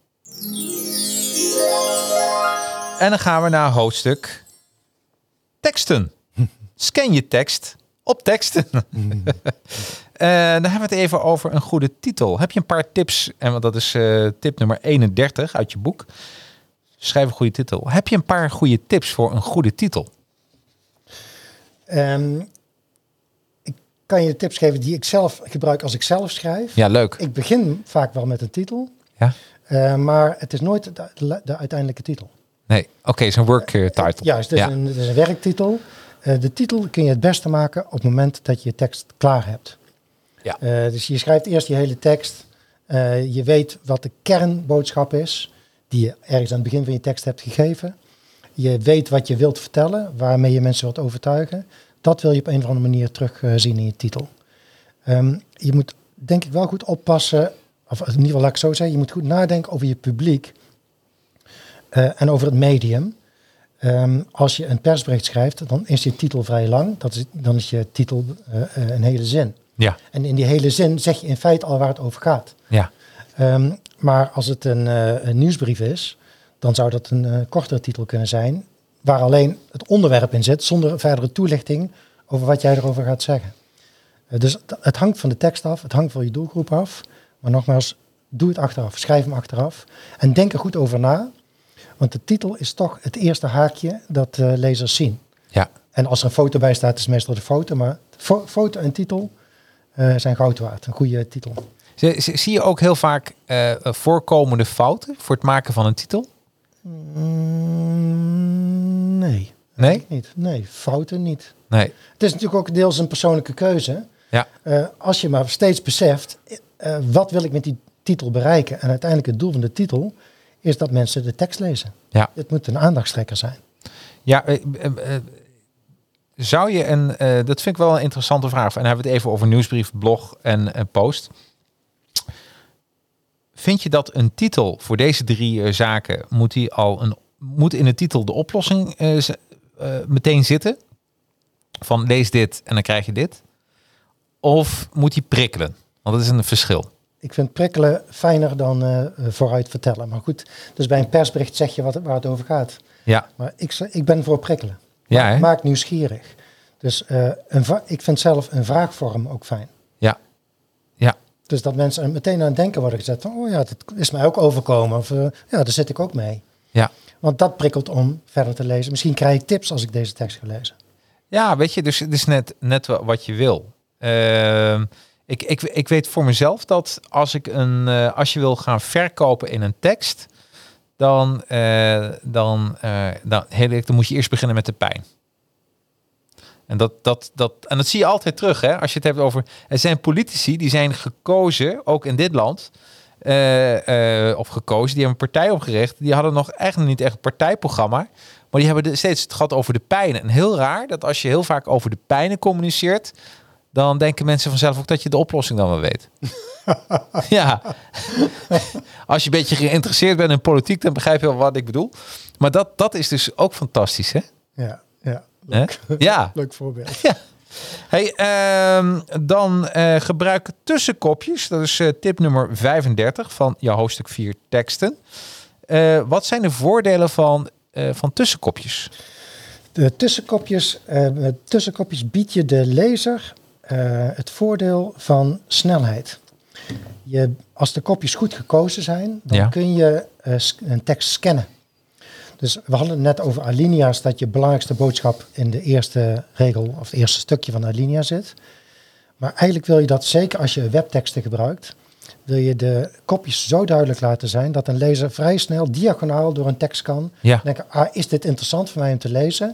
En dan gaan we naar hoofdstuk teksten. Scan je tekst op teksten. Dan hebben we het even over een goede titel. Heb je een paar tips? En dat is tip nummer 31 uit je boek. Schrijf een goede titel. Heb je een paar goede tips voor een goede titel? Ik kan je tips geven die ik zelf gebruik als ik zelf schrijf. Ja, leuk. Ik begin vaak wel met een titel. Ja. Maar het is nooit de uiteindelijke titel. Nee, oké, is een work title. Juist, het is een werktitel. De titel kun je het beste maken op het moment dat je je tekst klaar hebt. Ja. Dus je schrijft eerst je hele tekst. Je weet wat de kernboodschap is, die je ergens aan het begin van je tekst hebt gegeven. Je weet wat je wilt vertellen, waarmee je mensen wilt overtuigen. Dat wil je op een of andere manier terugzien in je titel. Je moet denk ik wel goed oppassen, of in ieder geval laat ik zo zeggen, je moet goed nadenken over je publiek en over het medium. Als je een persbericht schrijft, dan is je titel vrij lang. Dan is je titel een hele zin. Ja. En in die hele zin zeg je in feite al waar het over gaat. Ja. Maar als het een nieuwsbrief is, dan zou dat een kortere titel kunnen zijn, waar alleen het onderwerp in zit, zonder verdere toelichting over wat jij erover gaat zeggen. Dus het hangt van de tekst af, het hangt van je doelgroep af. Maar nogmaals, doe het achteraf, schrijf hem achteraf. En denk er goed over na. Want de titel is toch het eerste haakje dat lezers zien. Ja. En als er een foto bij staat, is het meestal de foto. Maar foto en titel zijn goud waard. Een goede titel. Zie je ook heel vaak voorkomende fouten voor het maken van een titel? Nee. Nee? Niet. Nee, fouten niet. Nee. Het is natuurlijk ook deels een persoonlijke keuze. Ja. Als je maar steeds beseft, wat wil ik met die titel bereiken? En uiteindelijk het doel van de titel is dat mensen de tekst lezen. Ja. Het moet een aandachtstrekker zijn. Ja, zou je dat vind ik wel een interessante vraag. En dan hebben we het even over nieuwsbrief, blog en post. Vind je dat een titel voor deze 3 zaken moet in de titel de oplossing meteen zitten? Van lees dit en dan krijg je dit. Of moet die prikkelen? Want dat is een verschil. Ik vind prikkelen fijner dan vooruit vertellen. Maar goed, dus bij een persbericht zeg je waar het over gaat. Ja. Maar ik ben voor prikkelen. Ja, hè? Maak nieuwsgierig. Dus ik vind zelf een vraagvorm ook fijn. Ja. Ja. Dus dat mensen meteen aan het denken worden gezet van, oh ja, dat is mij ook overkomen. Of ja, daar zit ik ook mee. Ja. Want dat prikkelt om verder te lezen. Misschien krijg ik tips als ik deze tekst ga lezen. Ja, weet je, dus het is net wat je wil. Ik weet voor mezelf dat als je wil gaan verkopen in een tekst, dan moet je eerst beginnen met de pijn. En dat zie je altijd terug, hè? Als je het hebt over, er zijn politici die zijn gekozen, ook in dit land, die hebben een partij opgericht. Die hadden nog eigenlijk niet echt een partijprogramma. Maar die hebben steeds het gehad over de pijnen. En heel raar dat als je heel vaak over de pijnen communiceert, dan denken mensen vanzelf ook dat je de oplossing dan wel weet. Ja. Als je een beetje geïnteresseerd bent in politiek, dan begrijp je wel wat ik bedoel. Maar dat is dus ook fantastisch, hè? Ja. Leuk. Ja. Leuk voorbeeld. Ja. Hey, dan gebruik tussenkopjes. Dat is tip nummer 35 van jouw hoofdstuk 4 teksten. Wat zijn de voordelen van tussenkopjes? De tussenkopjes bied je de lezer het voordeel van snelheid. Als de kopjes goed gekozen zijn, dan kun je een tekst scannen. Dus we hadden het net over alinea's, dat je belangrijkste boodschap in de eerste regel of het eerste stukje van de alinea zit. Maar eigenlijk wil je dat, zeker als je webteksten gebruikt, wil je de kopjes zo duidelijk laten zijn dat een lezer vrij snel diagonaal door een tekst kan denken, is dit interessant voor mij om te lezen?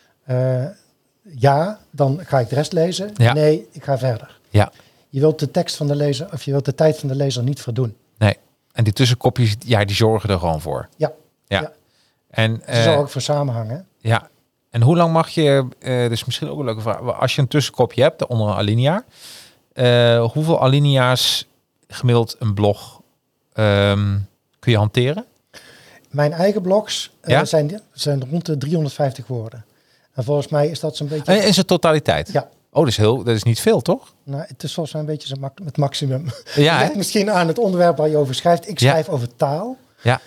Ja, dan ga ik de rest lezen. Ja. Nee, ik ga verder. Ja. Je wilt de tekst van de lezer, of je wilt de tijd van de lezer niet verdoen. Nee. En die tussenkopjes, die zorgen er gewoon voor. Ja. En ze zorgen ook voor samenhangen. Ja. En hoe lang mag je, dus misschien ook een leuke vraag, als je een tussenkopje hebt onder een alinea, hoeveel alinea's gemiddeld een blog kun je hanteren? Mijn eigen blogs zijn rond de 350 woorden. En volgens mij is dat zo'n beetje... In zijn totaliteit? Ja. Oh, dat is niet veel, toch? Nou, het is volgens mij een beetje het maximum. Ja, ligt misschien aan het onderwerp waar je over schrijft. Ik schrijf over taal. Ja.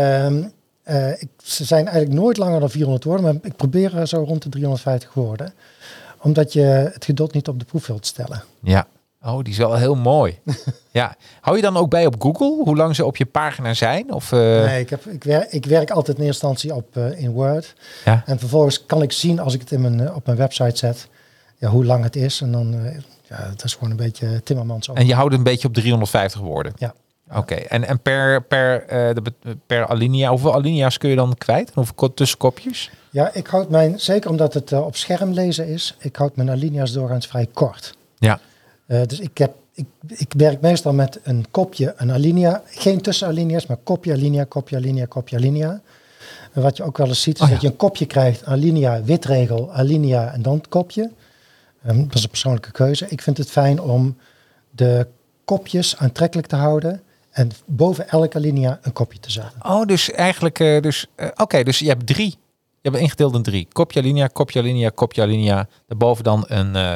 Ze zijn eigenlijk nooit langer dan 400 woorden, maar ik probeer zo rond de 350 woorden. Omdat je het geduld niet op de proef wilt stellen. Ja. Oh, die is wel heel mooi. Ja. Hou je dan ook bij op Google hoe lang ze op je pagina zijn? Of, Nee, ik werk altijd in eerste instantie in Word. Ja. En vervolgens kan ik zien als ik het op mijn website zet, hoe lang het is. En dan, het is gewoon een beetje Timmermans. En je houdt een beetje op 350 woorden? Ja. Oké. En per alinea, hoeveel alinea's kun je dan kwijt? Hoeveel tussenkopjes? Ja, ik houd zeker omdat het op scherm lezen is, ik houd mijn alinea's doorgaans vrij kort. Ja. Dus ik werk meestal met een kopje, een alinea. Geen tussenalinea's, maar kopje, alinea, kopje, alinea, kopje, alinea. En wat je ook wel eens ziet, is dat je een kopje krijgt, alinea, witregel, alinea en dan het kopje. Dat is een persoonlijke keuze. Ik vind het fijn om de kopjes aantrekkelijk te houden en boven elke alinea een kopje te zetten. Oh, dus eigenlijk, dus je hebt 3. Je hebt ingedeeld in 3. Kopje, alinea, kopje, alinea, kopje, alinea. Daarboven dan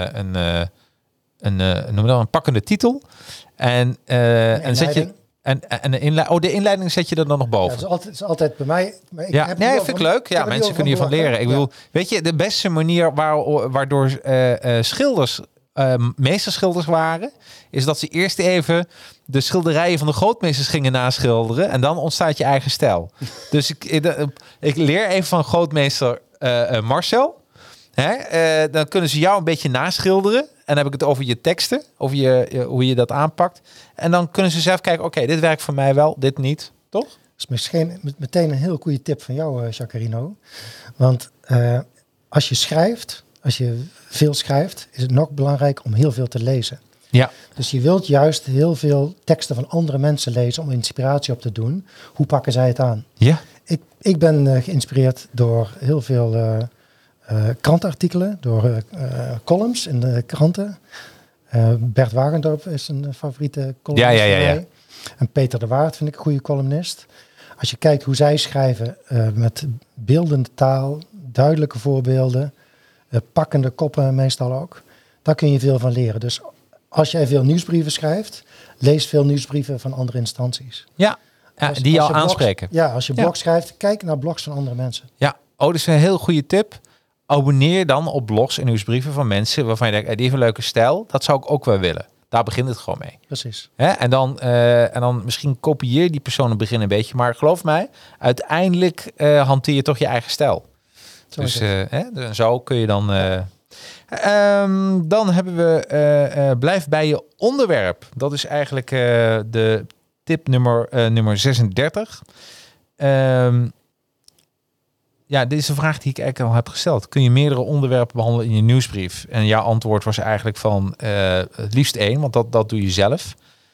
een pakkende titel. En zet je de inleiding zet je er dan nog boven. Ja, dat is altijd bij mij. Maar vind ik leuk. Ja, mensen kunnen hiervan leren. Ik bedoel, weet je, de beste manier waardoor schilders meesterschilders waren, is dat ze eerst even de schilderijen van de grootmeesters gingen naschilderen en dan ontstaat je eigen stijl. Dus ik leer even van grootmeester Marcel. Dan kunnen ze jou een beetje naschilderen. En dan heb ik het over je teksten, over hoe je dat aanpakt. En dan kunnen ze zelf kijken, oké, dit werkt voor mij wel, dit niet. Toch? Dat is misschien meteen een heel goede tip van jou, Jacarino. Want als je schrijft, als je veel schrijft, is het nog belangrijk om heel veel te lezen. Ja. Dus je wilt juist heel veel teksten van andere mensen lezen om inspiratie op te doen. Hoe pakken zij het aan? Ja. Ik ben geïnspireerd door heel veel krantenartikelen, door columns in de kranten. Bert Wagendorp is een favoriete columnist van mij. En Peter de Waard vind ik een goede columnist. Als je kijkt hoe zij schrijven met beeldende taal, duidelijke voorbeelden, pakkende koppen meestal ook. Daar kun je veel van leren. Dus als jij veel nieuwsbrieven schrijft, lees veel nieuwsbrieven van andere instanties. Ja, die jou aanspreken. Als je blog schrijft, kijk naar blogs van andere mensen. Ja, dat is een heel goede tip. Abonneer dan op blogs en nieuwsbrieven van mensen waarvan je denkt, die heeft een leuke stijl. Dat zou ik ook wel willen. Daar begint het gewoon mee. Precies. En dan misschien kopieer die persoon in het begin een beetje. Maar geloof mij, uiteindelijk hanteer je toch je eigen stijl. Zo kun je dan... dan hebben we blijf bij je onderwerp. Dat is eigenlijk de tip nummer 36. Dit is een vraag die ik eigenlijk al heb gesteld. Kun je meerdere onderwerpen behandelen in je nieuwsbrief? En jouw antwoord was eigenlijk van het liefst 1, want dat doe je zelf.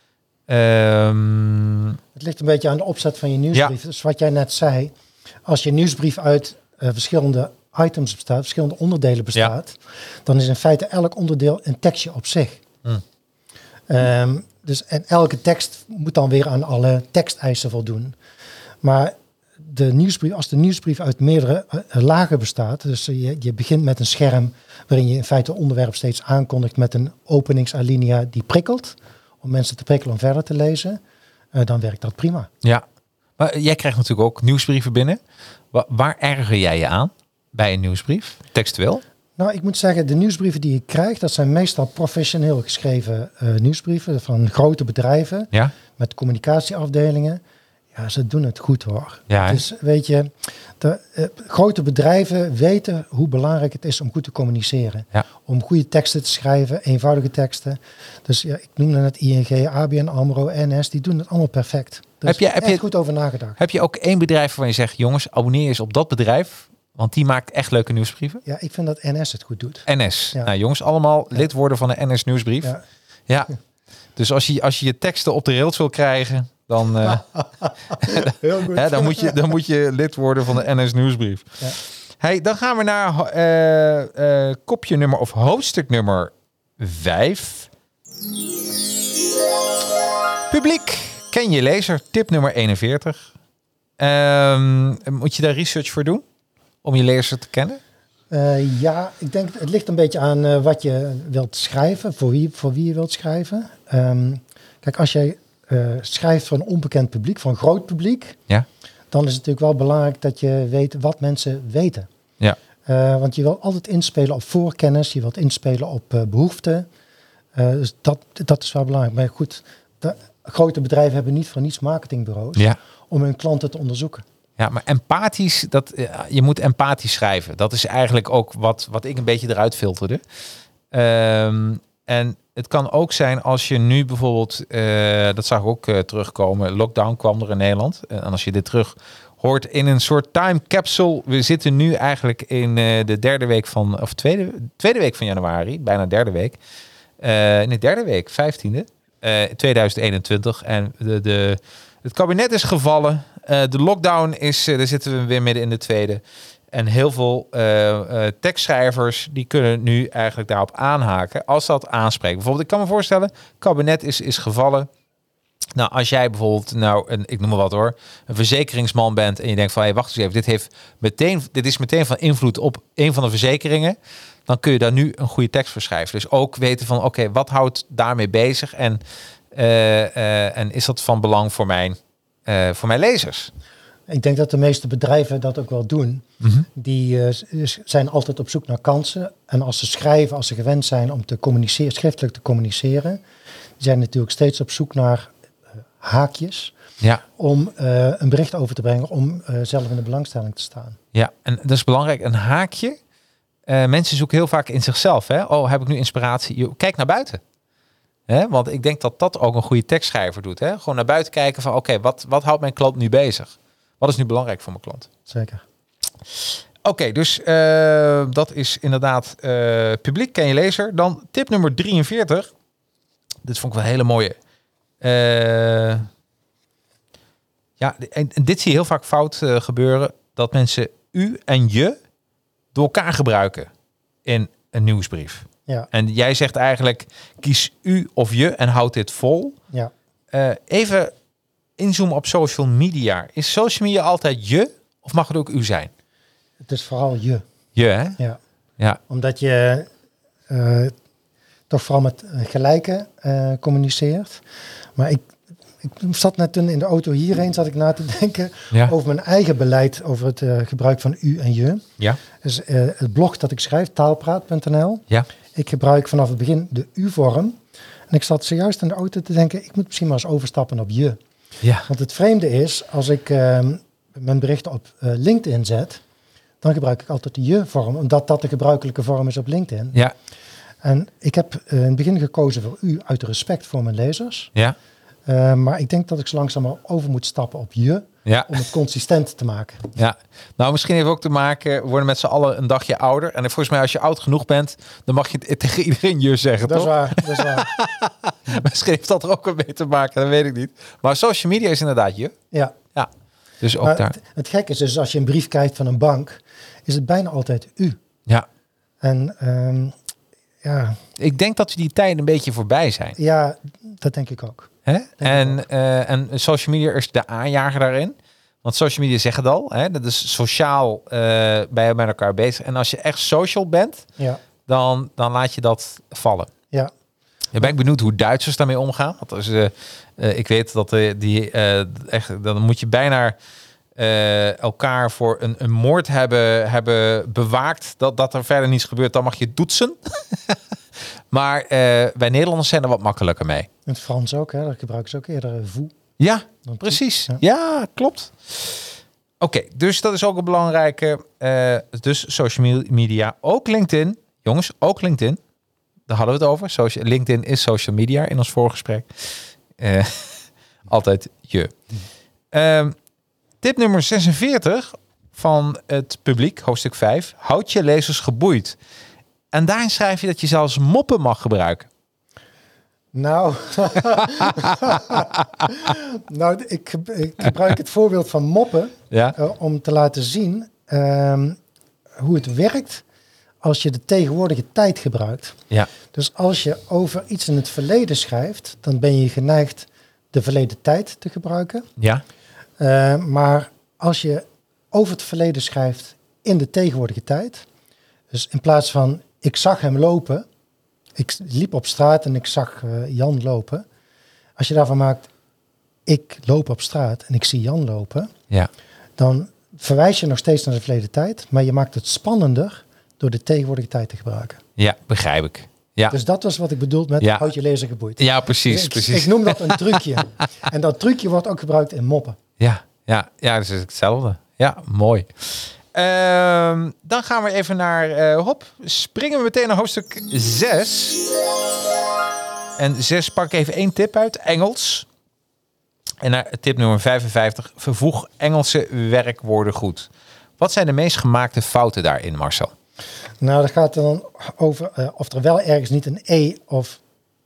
Het ligt een beetje aan de opzet van je nieuwsbrief. Ja. Dus wat jij net zei, als je nieuwsbrief uit verschillende items bestaat, verschillende onderdelen bestaat, dan is in feite elk onderdeel een tekstje op zich. En elke tekst moet dan weer aan alle teksteisen voldoen. Maar als de nieuwsbrief uit meerdere lagen bestaat, dus je begint met een scherm waarin je in feite het onderwerp steeds aankondigt met een openingsalinea die prikkelt, om mensen te prikkelen om verder te lezen, dan werkt dat prima. Ja, maar jij krijgt natuurlijk ook nieuwsbrieven binnen. Waar erger jij je aan bij een nieuwsbrief, textueel? Nou, ik moet zeggen, de nieuwsbrieven die ik krijg, dat zijn meestal professioneel geschreven nieuwsbrieven van grote bedrijven met communicatieafdelingen. Ja, ze doen het goed hoor. Ja, dus weet je, grote bedrijven weten hoe belangrijk het is om goed te communiceren. Ja. Om goede teksten te schrijven, eenvoudige teksten. Dus ik noemde net ING, ABN AMRO, NS, die doen het allemaal perfect. Dus heb je goed over nagedacht. Heb je ook één bedrijf waarvan je zegt, jongens, abonneer eens op dat bedrijf, want die maakt echt leuke nieuwsbrieven? Ja, ik vind dat NS het goed doet. NS. Ja. Nou jongens, allemaal lid worden van de NS nieuwsbrief. Ja. Dus als je je teksten op de rails wil krijgen, dan, heel goed. Dan moet je lid worden van de NS nieuwsbrief. Ja. Hey, dan gaan we naar kopje nummer of hoofdstuk nummer 5. Publiek, ken je lezer? Tip nummer 41. Moet je daar research voor doen? Om je lezer te kennen? Ik denk het ligt een beetje aan wat je wilt schrijven, voor wie je wilt schrijven. Kijk, als jij schrijft voor een onbekend publiek, voor een groot publiek, dan is het natuurlijk wel belangrijk dat je weet wat mensen weten. Ja. Want je wil altijd inspelen op voorkennis, je wilt inspelen op behoeften. Dus dat is wel belangrijk. Maar goed, grote bedrijven hebben niet voor niets marketingbureaus om hun klanten te onderzoeken. Ja, maar empathisch, je moet empathisch schrijven. Dat is eigenlijk ook wat ik een beetje eruit filterde. En het kan ook zijn als je nu bijvoorbeeld, dat zag ik ook terugkomen, lockdown kwam er in Nederland. En als je dit terug hoort in een soort time capsule. We zitten nu eigenlijk in de derde week tweede week van januari, bijna derde week. In de derde week, 15e, 2021. En het kabinet is gevallen. De lockdown is, daar zitten we weer midden in de tweede. En heel veel tekstschrijvers die kunnen nu eigenlijk daarop aanhaken als dat aanspreekt. Bijvoorbeeld, ik kan me voorstellen, het kabinet is gevallen. Nou, als jij bijvoorbeeld, ik noem maar wat hoor, een verzekeringsman bent en je denkt van, hey, wacht eens even, dit is meteen van invloed op een van de verzekeringen, dan kun je daar nu een goede tekst voor schrijven. Dus ook weten van, oké, wat houdt daarmee bezig en is dat van belang voor mijn lezers? Ik denk dat de meeste bedrijven dat ook wel doen. Mm-hmm. Die zijn altijd op zoek naar kansen. En als ze schrijven, als ze gewend zijn om te communiceren, schriftelijk te communiceren, zijn natuurlijk steeds op zoek naar haakjes om een bericht over te brengen, om zelf in de belangstelling te staan. Ja, en dat is belangrijk. Een haakje. Mensen zoeken heel vaak in zichzelf. Hè? Oh, heb ik nu inspiratie? Kijk naar buiten. Want ik denk dat dat ook een goede tekstschrijver doet. Hè? Gewoon naar buiten kijken van, oké, wat houdt mijn klant nu bezig? Wat is nu belangrijk voor mijn klant? Zeker. Oké, dus dat is inderdaad publiek, ken je lezer. Dan tip nummer 43. Dit vond ik wel een hele mooie. En dit zie je heel vaak fout gebeuren. Dat mensen u en je door elkaar gebruiken in een nieuwsbrief. Ja. En jij zegt eigenlijk, kies u of je en houd dit vol. Ja. Even inzoomen op social media. Is social media altijd je of mag het ook u zijn? Het is vooral je. Je, hè? Ja. Ja. Omdat je toch vooral met gelijken communiceert. Maar ik zat net toen in de auto hierheen, zat ik na te denken over mijn eigen beleid over het gebruik van u en je. Ja. Dus het blog dat ik schrijf, taalpraat.nl. Ja. Ik gebruik vanaf het begin de u-vorm. En ik zat zojuist in de auto te denken, ik moet misschien maar eens overstappen op je. Ja. Want het vreemde is, als ik mijn berichten op LinkedIn zet, dan gebruik ik altijd de je-vorm, omdat dat de gebruikelijke vorm is op LinkedIn. Ja. En ik heb in het begin gekozen voor u uit respect voor mijn lezers. Ja. Maar ik denk dat ik zo langzaam over moet stappen op je, om het consistent te maken. Ja, nou misschien heeft ook te maken, we worden met z'n allen een dagje ouder. En volgens mij als je oud genoeg bent, dan mag je het tegen iedereen je zeggen, dat toch? Dat is waar. Misschien heeft dat er ook wel mee te maken, dat weet ik niet. Maar social media is inderdaad je. Ja. Ja. Dus ook Maar daar. het gekke is dus, als je een brief krijgt van een bank, is het bijna altijd u. Ja. En Ik denk dat die tijden een beetje voorbij zijn. ja, dat denk ik ook. Hè? En social media is de aanjager daarin. Want social media zegt het al. Hè? Dat is sociaal bij elkaar bezig. En als je echt social bent, dan laat je dat vallen. Ja. Dan ben ik benieuwd hoe Duitsers daarmee omgaan. Want als, ik weet dat dan moet je bijna elkaar voor een moord hebben bewaakt. Dat er verder niets gebeurt. Dan mag je doetsen. Maar wij Nederlanders zijn er wat makkelijker mee. In het Frans ook, hè? Dat gebruiken ze ook eerder vous. Ja, precies. Ja, klopt. Oké, dus dat is ook een belangrijke. Dus social media, ook LinkedIn. Jongens, ook LinkedIn. Daar hadden we het over. LinkedIn is social media in ons voorgesprek. Altijd je. Tip nummer 46 van het publiek, hoofdstuk 5. Houd je lezers geboeid. En daarin schrijf je dat je zelfs moppen mag gebruiken. Nou, ik gebruik het voorbeeld van moppen om te laten zien hoe het werkt als je de tegenwoordige tijd gebruikt. Ja. Dus als je over iets in het verleden schrijft, dan ben je geneigd de verleden tijd te gebruiken. Ja. Maar als je over het verleden schrijft in de tegenwoordige tijd, dus in plaats van ik zag hem lopen, ik liep op straat en ik zag Jan lopen. Als je daarvan maakt, ik loop op straat en ik zie Jan lopen, dan verwijs je nog steeds naar de verleden tijd, maar je maakt het spannender door de tegenwoordige tijd te gebruiken. Ja, begrijp ik. Ja. Dus dat was wat ik bedoel met houd je lezer geboeid. Ja, precies. Dus ik noem dat een trucje. En dat trucje wordt ook gebruikt in moppen. Ja, dat is hetzelfde. Ja, mooi. Dan gaan we even naar, springen we meteen naar hoofdstuk 6. En 6 pak ik even 1 tip uit, Engels. En naar tip nummer 55, vervoeg Engelse werkwoorden goed. Wat zijn de meest gemaakte fouten daarin, Marcel? Nou, dat gaat dan over of er wel ergens niet een E of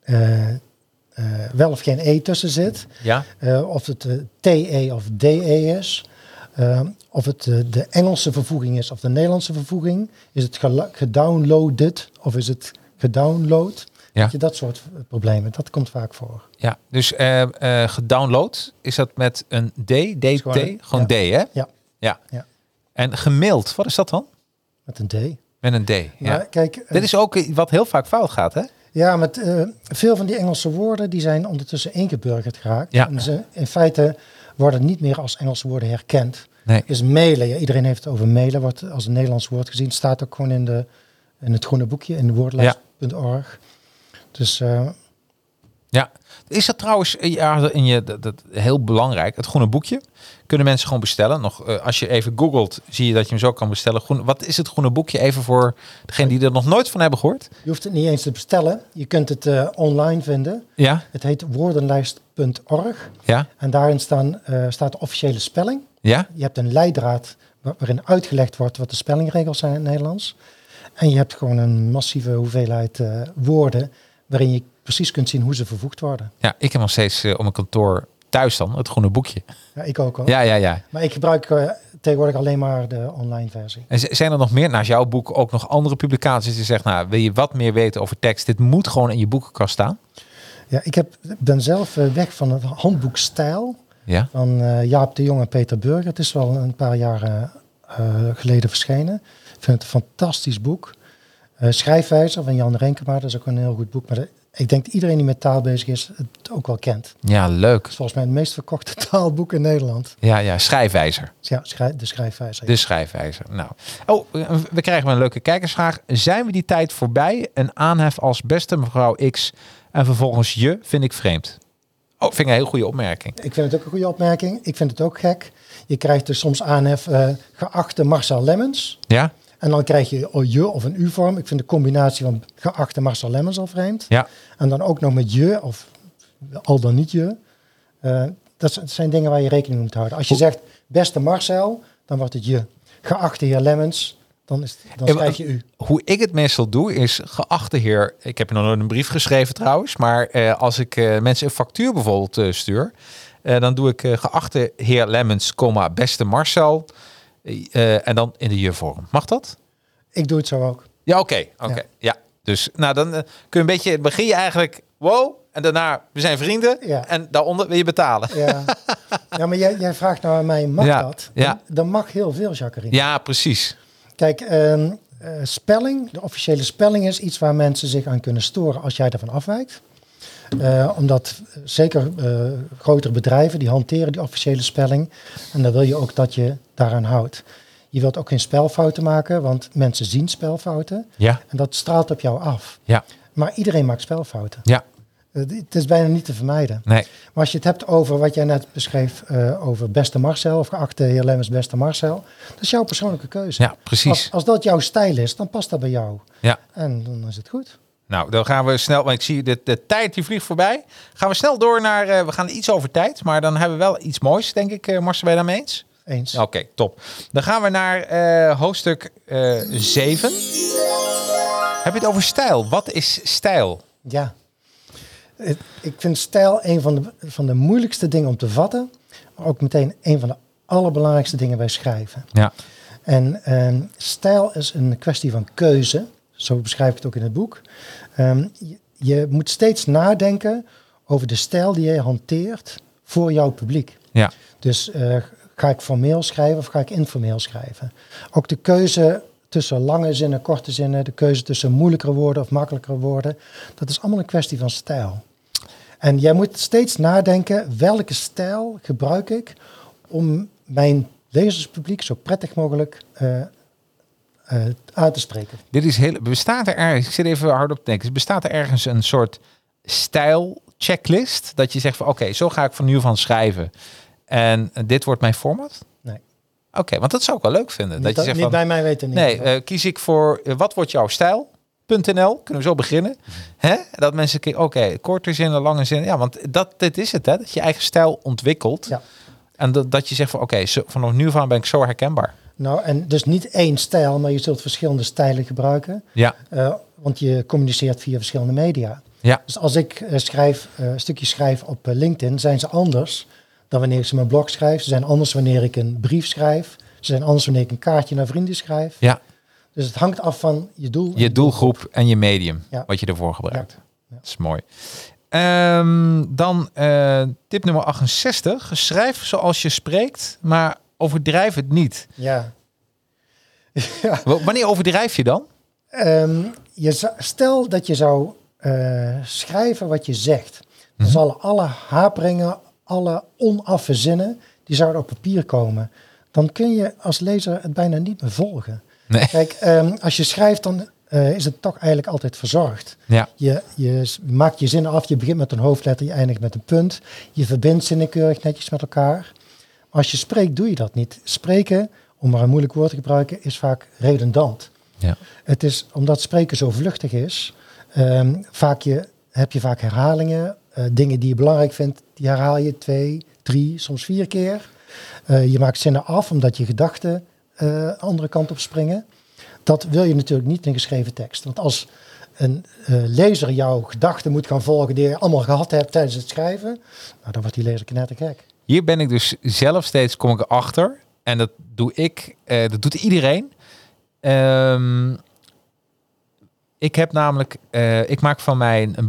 wel of geen E tussen zit. Ja. Of het TE of DE is. Of het de Engelse vervoeging is of de Nederlandse vervoeging. Is het gedownloaded of is het gedownload? Ja. Dat soort problemen, dat komt vaak voor. Ja, dus gedownload, is dat met een D, DT? Gewoon D, hè? Ja. En gemaild, wat is dat dan? Met een D. Met een D, ja. Maar kijk, dit is ook wat heel vaak fout gaat, hè? Ja, met veel van die Engelse woorden, die zijn ondertussen ingeburgerd geraakt. Ja. En ze in feite worden niet meer als Engelse woorden herkend. Nee. Dus mailen, iedereen heeft het over mailen, wordt als een Nederlands woord gezien. Staat ook gewoon in het groene boekje, in de woordenlijst.org. Dus ja, is dat trouwens dat heel belangrijk? Het groene boekje kunnen mensen gewoon bestellen. Nog als je even googelt, zie je dat je hem zo kan bestellen. Wat is het groene boekje? Even voor degene die er nog nooit van hebben gehoord. Je hoeft het niet eens te bestellen. Je kunt het online vinden. Ja. Het heet woordenlijst.org. boek.org. Ja? En daarin staat de officiële spelling. Ja? Je hebt een leidraad waarin uitgelegd wordt wat de spellingregels zijn in het Nederlands. En je hebt gewoon een massieve hoeveelheid woorden waarin je precies kunt zien hoe ze vervoegd worden. Ja, ik heb nog steeds op mijn kantoor thuis dan het groene boekje. Ja, ik ook al. Ja. Maar ik gebruik tegenwoordig alleen maar de online versie. En zijn er nog meer, naast jouw boek, ook nog andere publicaties die zeggen, nou, wil je wat meer weten over tekst? Dit moet gewoon in je boekenkast staan. Ja, ik ben zelf weg van het handboek Stijl van Jaap de Jong en Peter Burger. Het is wel een paar jaar geleden verschenen. Ik vind het een fantastisch boek. Schrijfwijzer van Jan Renkema, dat is ook een heel goed boek. Maar ik denk dat iedereen die met taal bezig is, het ook wel kent. Ja, leuk. Het is volgens mij het meest verkochte taalboek in Nederland. Ja, Schrijfwijzer. Ja, de Schrijfwijzer. De Schrijfwijzer. Nou. Oh, we krijgen een leuke kijkersvraag. Zijn we die tijd voorbij? Een aanhef als beste mevrouw X en vervolgens je vind ik vreemd. Oh, vind ik een heel goede opmerking. Ik vind het ook een goede opmerking. Ik vind het ook gek. Je krijgt dus soms aanhef geachte Marcel Lemmens. Ja? En dan krijg je je of een u-vorm. Ik vind de combinatie van geachte Marcel Lemmens al vreemd. Ja. En dan ook nog met je of al dan niet je. Dat zijn dingen waar je rekening mee moet houden. Als je zegt beste Marcel, dan wordt het je. Geachte heer Lemmens, dan schrijf je u. Hoe ik het meestal doe is, geachte heer, ik heb je nog nooit een brief geschreven trouwens, maar als ik mensen een factuur bijvoorbeeld stuur, dan doe ik geachte heer Lemmens, beste Marcel, en dan in de je-vorm. Mag dat? Ik doe het zo ook. Ja, oké. Ja. Dus nou, dan kun je een beetje, begin je eigenlijk, wow, en daarna, we zijn vrienden, en daaronder wil je betalen. Ja, maar jij vraagt nou aan mij, mag dat? Ja. Dan mag heel veel, Jacqueline. Ja, precies. Kijk, spelling, de officiële spelling is iets waar mensen zich aan kunnen storen als jij ervan afwijkt. Omdat zeker grotere bedrijven, die hanteren die officiële spelling. En dan wil je ook dat je daaraan houdt. Je wilt ook geen spelfouten maken, want mensen zien spelfouten. Ja. En dat straalt op jou af. Ja. Maar iedereen maakt spelfouten. Ja. Het is bijna niet te vermijden. Nee. Maar als je het hebt over wat jij net beschreef, over beste Marcel, of geachte heer Lemmens beste Marcel, dat is jouw persoonlijke keuze. Ja, precies. Als dat jouw stijl is, dan past dat bij jou. Ja. En dan is het goed. Nou, dan gaan we snel, want ik zie de tijd die vliegt voorbij. Gaan we snel door naar, we gaan iets over tijd, maar dan hebben we wel iets moois, denk ik. Marcel, ben je daarmee eens? Eens. Oké, top. Dan gaan we naar hoofdstuk 7. Heb je het over stijl? Wat is stijl? Ja. Ik vind stijl een van de moeilijkste dingen om te vatten. Maar ook meteen een van de allerbelangrijkste dingen bij schrijven. Ja. En stijl is een kwestie van keuze. Zo beschrijf ik het ook in het boek. Je moet steeds nadenken over de stijl die je hanteert voor jouw publiek. Ja. Dus ga ik formeel schrijven of ga ik informeel schrijven? Ook de keuze tussen lange zinnen, korte zinnen, de keuze tussen moeilijkere woorden of makkelijkere woorden, dat is allemaal een kwestie van stijl. En jij moet steeds nadenken, welke stijl gebruik ik om mijn lezerspubliek zo prettig mogelijk aan te spreken. Dit is bestaat er ergens, ik zit even hard op te denken, bestaat er ergens een soort stijl-checklist? Dat je zegt van oké, zo ga ik van nu van schrijven. En dit wordt mijn format? Nee. Oké, want dat zou ik wel leuk vinden. Dat je zegt niet van, bij mij weten. Nee, kies ik voor wat wordt jouw stijl.nl. Kunnen we zo beginnen. Hè? Dat mensen kijken, oké, korte zinnen, lange zinnen. Ja, want dit is het, hè? Dat je eigen stijl ontwikkelt. Ja. En dat je zegt van oké, vanaf nu van ben ik zo herkenbaar. Nou, en dus niet één stijl, maar je zult verschillende stijlen gebruiken. Ja. Want je communiceert via verschillende media. Ja. Dus als ik een stukje schrijf op LinkedIn, zijn ze anders dan wanneer ik ze mijn blog schrijf. Ze zijn anders wanneer ik een brief schrijf. Ze zijn anders wanneer ik een kaartje naar vrienden schrijf. Ja. Dus het hangt af van je doel. Je doelgroep en je medium, ja. wat je ervoor gebruikt. Ja. Dat is mooi. Dan tip nummer 68. Schrijf zoals je spreekt, maar overdrijf het niet. Ja. Ja. Wanneer overdrijf je dan? Stel dat je zou schrijven wat je zegt. Dan zullen alle haperingen, alle onaffe zinnen, die zouden op papier komen. Dan kun je als lezer het bijna niet meer volgen. Nee. Kijk, als je schrijft, dan is het toch eigenlijk altijd verzorgd. Ja. Je maakt je zinnen af, je begint met een hoofdletter, je eindigt met een punt. Je verbindt zinnen keurig netjes met elkaar. Als je spreekt, doe je dat niet. Spreken, om maar een moeilijk woord te gebruiken, is vaak redundant. Ja. Het is, omdat spreken zo vluchtig is, heb je vaak herhalingen, dingen die je belangrijk vindt, die herhaal je 2, 3, soms 4 keer. Je maakt zinnen af omdat je gedachten andere kant op springen. Dat wil je natuurlijk niet in geschreven tekst. Want als een lezer jouw gedachten moet gaan volgen die je allemaal gehad hebt tijdens het schrijven, nou, dan wordt die lezer knettergek. Hier ben ik dus zelf steeds, kom ik erachter. En dat doe ik, dat doet iedereen. Ik heb namelijk, ik maak van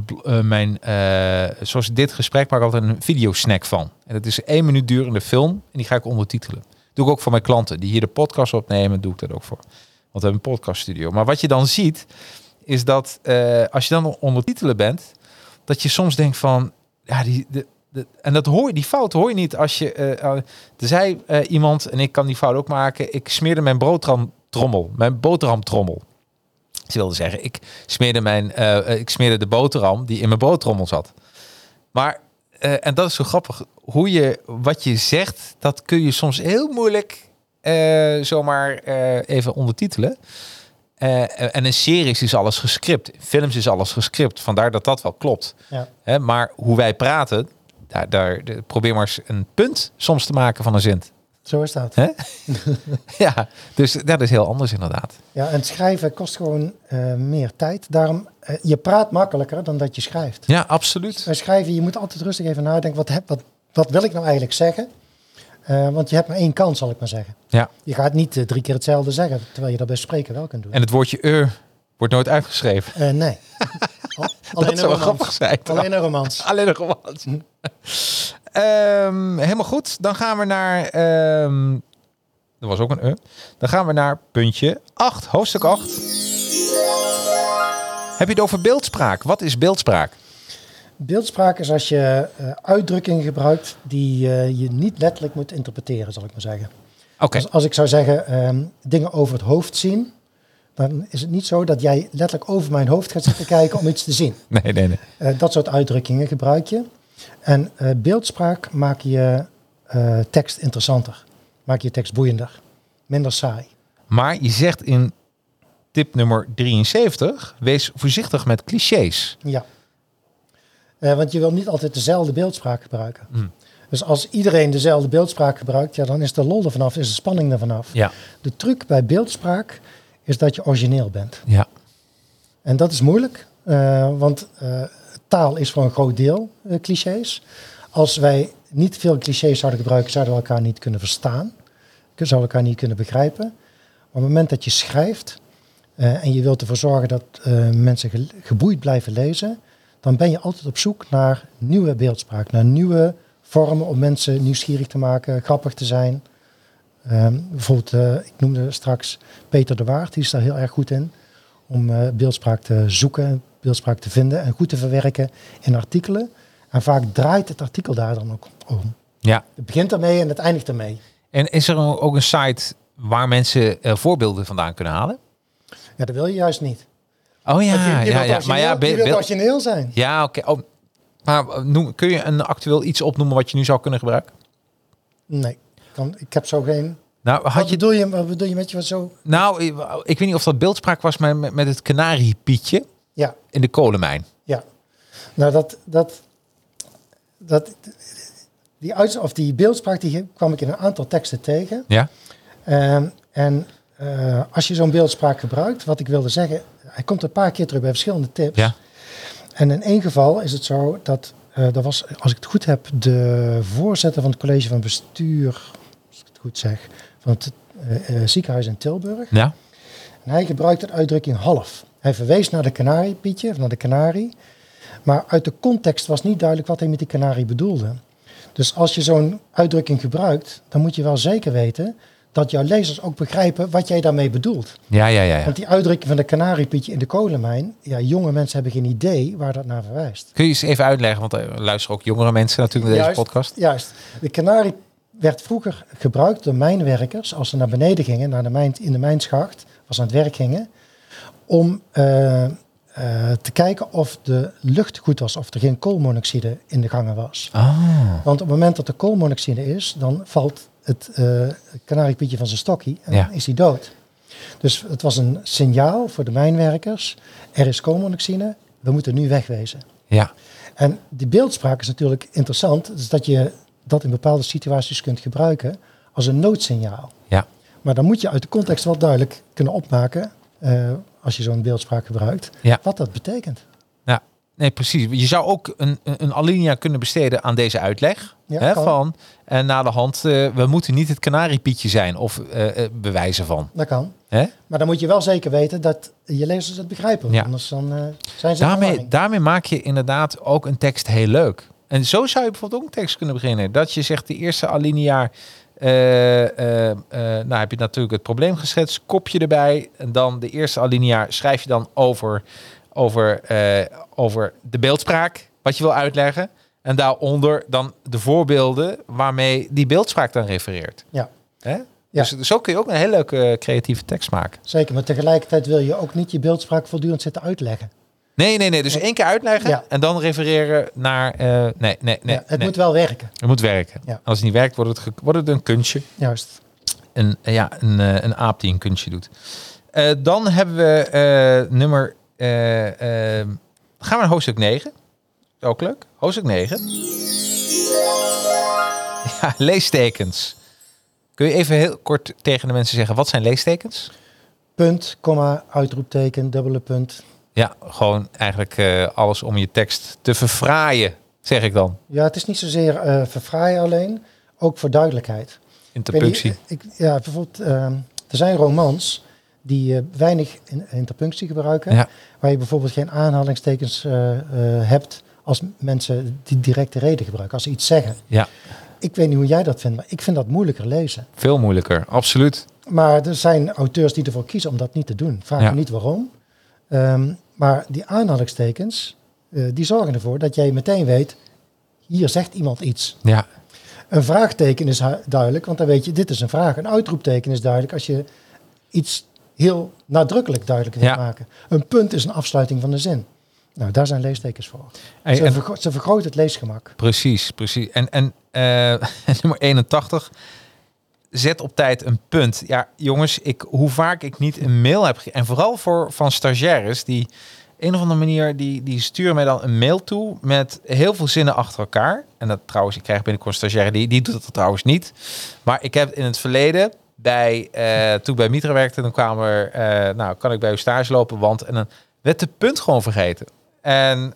zoals dit gesprek, maak ik altijd een videosnack van. En dat is 1 minuut durende film en die ga ik ondertitelen. Doe ik ook voor mijn klanten die hier de podcast opnemen, doe ik dat ook voor. Want we hebben een podcaststudio. Maar wat je dan ziet, is dat als je dan ondertitelen bent, dat je soms denkt van, ja, en dat die fout hoor je niet als je, er zei iemand, en ik kan die fout ook maken, ik smeerde mijn boterhamtrommel. Ze wilde zeggen, ik smeerde de boterham die in mijn boterhamtrommel zat. Maar, en dat is zo grappig, wat je zegt, dat kun je soms heel moeilijk zomaar even ondertitelen. En in series is alles gescript. In films is alles gescript. Vandaar dat dat wel klopt. Ja. Maar hoe wij praten, probeer maar eens een punt soms te maken van een zin. Zo is dat. Ja, dus dat is heel anders inderdaad. Ja, en het schrijven kost gewoon meer tijd. Daarom, je praat makkelijker dan dat je schrijft. Ja, absoluut. Bij schrijven, je moet altijd rustig even nadenken. Wat wil ik nou eigenlijk zeggen? Want je hebt maar 1 kans, zal ik maar zeggen. Ja. Je gaat niet 3 keer hetzelfde zeggen, terwijl je dat bij spreken wel kunt doen. En het woordje wordt nooit uitgeschreven. Nee. Dat zou wel grappig zijn. Alleen een romans. Alleen een romans. Helemaal goed. Dan gaan we naar... er was ook een Dan gaan we naar puntje 8. Hoofdstuk 8. Heb je het over beeldspraak? Wat is beeldspraak? Beeldspraak is als je uitdrukkingen gebruikt die je niet letterlijk moet interpreteren, zal ik maar zeggen. Okay. Als ik zou zeggen dingen over het hoofd zien, dan is het niet zo dat jij letterlijk over mijn hoofd gaat zitten kijken om iets te zien. Nee. Dat soort uitdrukkingen gebruik je. En beeldspraak maak je tekst interessanter. Maak je tekst boeiender. Minder saai. Maar je zegt in tip nummer 73, wees voorzichtig met clichés. Ja. Want je wil niet altijd dezelfde beeldspraak gebruiken. Dus als iedereen dezelfde beeldspraak gebruikt, ja, dan is de lol er vanaf, is de spanning er vanaf. Ja. De truc bij beeldspraak is dat je origineel bent. Ja. En dat is moeilijk, want taal is voor een groot deel clichés. Als wij niet veel clichés zouden gebruiken, zouden we elkaar niet kunnen verstaan. Zouden we elkaar niet kunnen begrijpen. Maar op het moment dat je schrijft en je wilt ervoor zorgen dat mensen geboeid blijven lezen, dan ben je altijd op zoek naar nieuwe beeldspraak, naar nieuwe vormen om mensen nieuwsgierig te maken, grappig te zijn. Bijvoorbeeld, ik noemde straks Peter de Waard, die is daar heel erg goed in, om beeldspraak te zoeken, beeldspraak te vinden en goed te verwerken in artikelen. En vaak draait het artikel daar dan ook om. Ja. Het begint ermee en het eindigt ermee. En is er ook een site waar mensen voorbeelden vandaan kunnen halen? Ja, dat wil je juist niet. Oh ja, ja. Maar ja, je wilt origineel zijn. Ja, oké. Oh, maar kun je een actueel iets opnoemen wat je nu zou kunnen gebruiken? Nee, ik heb zo geen... Nou, wat bedoel je met je wat zo... Nou, ik weet niet of dat beeldspraak was met het kanariepietje in de kolenmijn. Ja, nou die beeldspraak die kwam ik in een aantal teksten tegen. Ja. Als je zo'n beeldspraak gebruikt, wat ik wilde zeggen, hij komt een paar keer terug bij verschillende tips. Ja. En in één geval is het zo dat er was, als ik het goed heb, de voorzitter van het college van bestuur, als ik het goed zeg, van het ziekenhuis in Tilburg. Ja. En hij gebruikte de uitdrukking half. Hij verwees naar de kanariepietje, naar de kanarie. Maar uit de context was niet duidelijk wat hij met die kanarie bedoelde. Dus als je zo'n uitdrukking gebruikt, dan moet je wel zeker weten dat jouw lezers ook begrijpen wat jij daarmee bedoelt. Ja. Want die uitdrukking van de kanariepietje in de kolenmijn, ja, jonge mensen hebben geen idee waar dat naar verwijst. Kun je eens even uitleggen, want er luisteren ook jongere mensen natuurlijk naar deze podcast. Juist. De kanarie werd vroeger gebruikt door mijnwerkers als ze naar beneden gingen, naar de mijn, in de mijnschacht, als ze aan het werk gingen, om te kijken of de lucht goed was, of er geen koolmonoxide in de gangen was. Want op het moment dat er koolmonoxide is, dan valt het kanariepietje van zijn stokje en dan is hij dood. Dus het was een signaal voor de mijnwerkers. Er is koolmonoxide, we moeten nu wegwezen. Ja. En die beeldspraak is natuurlijk interessant. Dus dat je dat in bepaalde situaties kunt gebruiken als een noodsignaal. Ja. Maar dan moet je uit de context wel duidelijk kunnen opmaken, als je zo'n beeldspraak gebruikt, wat dat betekent. Ja, nee, precies. Je zou ook een alinea kunnen besteden aan deze uitleg. Ja, hè, van, en na de hand, we moeten niet het kanariepietje zijn of bewijzen van. Dat kan. Hè? Maar dan moet je wel zeker weten dat je lezers het begrijpen. Ja. Anders dan zijn ze Daarmee maak je inderdaad ook een tekst heel leuk. En zo zou je bijvoorbeeld ook een tekst kunnen beginnen. Dat je zegt, de eerste alinea, nou heb je natuurlijk het probleem geschetst, kopje erbij. En dan de eerste alinea schrijf je dan over de beeldspraak, wat je wil uitleggen. En daaronder dan de voorbeelden waarmee die beeldspraak dan refereert. Ja. Hè? Ja. Dus zo kun je ook een hele leuke creatieve tekst maken. Zeker, maar tegelijkertijd wil je ook niet je beeldspraak voortdurend zitten uitleggen. Nee. Dus 1 keer uitleggen en dan refereren naar... Het moet wel werken. Het moet werken. Ja. Als het niet werkt, wordt het een kunstje. Juist. Een aap die een kunstje doet. Dan hebben we nummer... gaan we naar hoofdstuk 9. Ook leuk. Hoofdstuk 9. Ja, leestekens. Kun je even heel kort tegen de mensen zeggen, wat zijn leestekens? Punt, komma, uitroepteken, dubbele punt. Ja, gewoon eigenlijk alles om je tekst te verfraaien, zeg ik dan. Ja, het is niet zozeer verfraaien alleen, ook voor duidelijkheid. Interpunctie. Bijvoorbeeld, er zijn romans die weinig interpunctie gebruiken. Ja. Waar je bijvoorbeeld geen aanhalingstekens hebt als mensen die directe reden gebruiken. Als ze iets zeggen. Ja. Ik weet niet hoe jij dat vindt, maar ik vind dat moeilijker lezen. Veel moeilijker, absoluut. Maar er zijn auteurs die ervoor kiezen om dat niet te doen. Vraag me niet waarom. Maar die aanhalingstekens, die zorgen ervoor dat jij meteen weet, hier zegt iemand iets. Ja. Een vraagteken is duidelijk, want dan weet je, dit is een vraag. Een uitroepteken is duidelijk als je iets heel nadrukkelijk duidelijk wil maken. Een punt is een afsluiting van de zin. Nou, daar zijn leestekens voor. Ze vergroten het leesgemak. Precies. En nummer 81... Zet op tijd een punt. Ja, jongens, hoe vaak ik niet een mail heb en vooral van stagiaires die een of andere manier die sturen mij dan een mail toe met heel veel zinnen achter elkaar. En dat trouwens, ik krijg binnenkort een stagiaire die doet dat trouwens niet. Maar ik heb in het verleden toen ik bij Mitra werkte, dan kwamen er, kan ik bij u stage lopen, want en dan werd de punt gewoon vergeten. En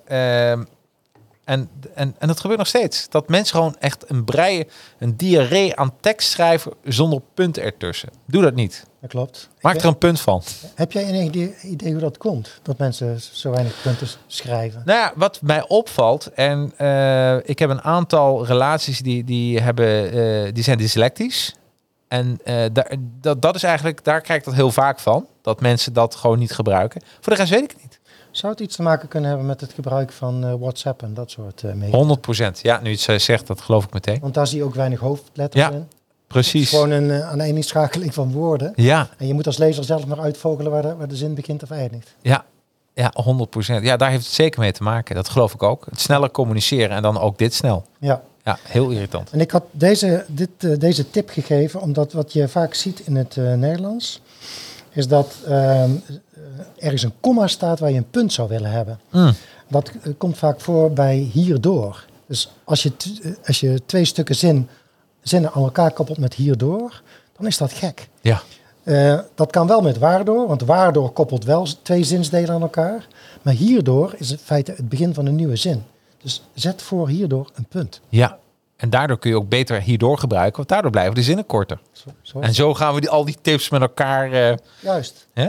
dat gebeurt nog steeds. Dat mensen gewoon echt een diarree aan tekst schrijven zonder punt ertussen. Doe dat niet. Dat klopt. Maak er een punt van. Heb jij een idee hoe dat komt? Dat mensen zo weinig punten schrijven? Nou ja, wat mij opvalt, en ik heb een aantal relaties die zijn dyslectisch. En dat is eigenlijk, daar krijg ik dat heel vaak van. Dat mensen dat gewoon niet gebruiken. Voor de rest weet ik het niet. Zou het iets te maken kunnen hebben met het gebruik van WhatsApp en dat soort media? 100%. Ja, nu het zegt, dat geloof ik meteen. Want daar zie je ook weinig hoofdletters in. Precies. Gewoon een aaneenschakeling van woorden. Ja. En je moet als lezer zelf maar uitvogelen waar de zin begint of eindigt. Ja, 100%. Ja, daar heeft het zeker mee te maken. Dat geloof ik ook. Het sneller communiceren en dan ook dit snel. Ja. Ja, heel irritant. En ik had deze tip gegeven, omdat wat je vaak ziet in het Nederlands, is dat ergens een komma staat waar je een punt zou willen hebben. Dat komt vaak voor bij hierdoor. Dus als je 2 stukken zinnen aan elkaar koppelt met hierdoor, dan is dat gek. Ja. Dat kan wel met waardoor, want waardoor koppelt wel 2 zinsdelen aan elkaar. Maar hierdoor is in feite het begin van een nieuwe zin. Dus zet voor hierdoor een punt. Ja, en daardoor kun je ook beter hierdoor gebruiken, want daardoor blijven de zinnen korter. En zo gaan we al die tips met elkaar... Juist. Hè?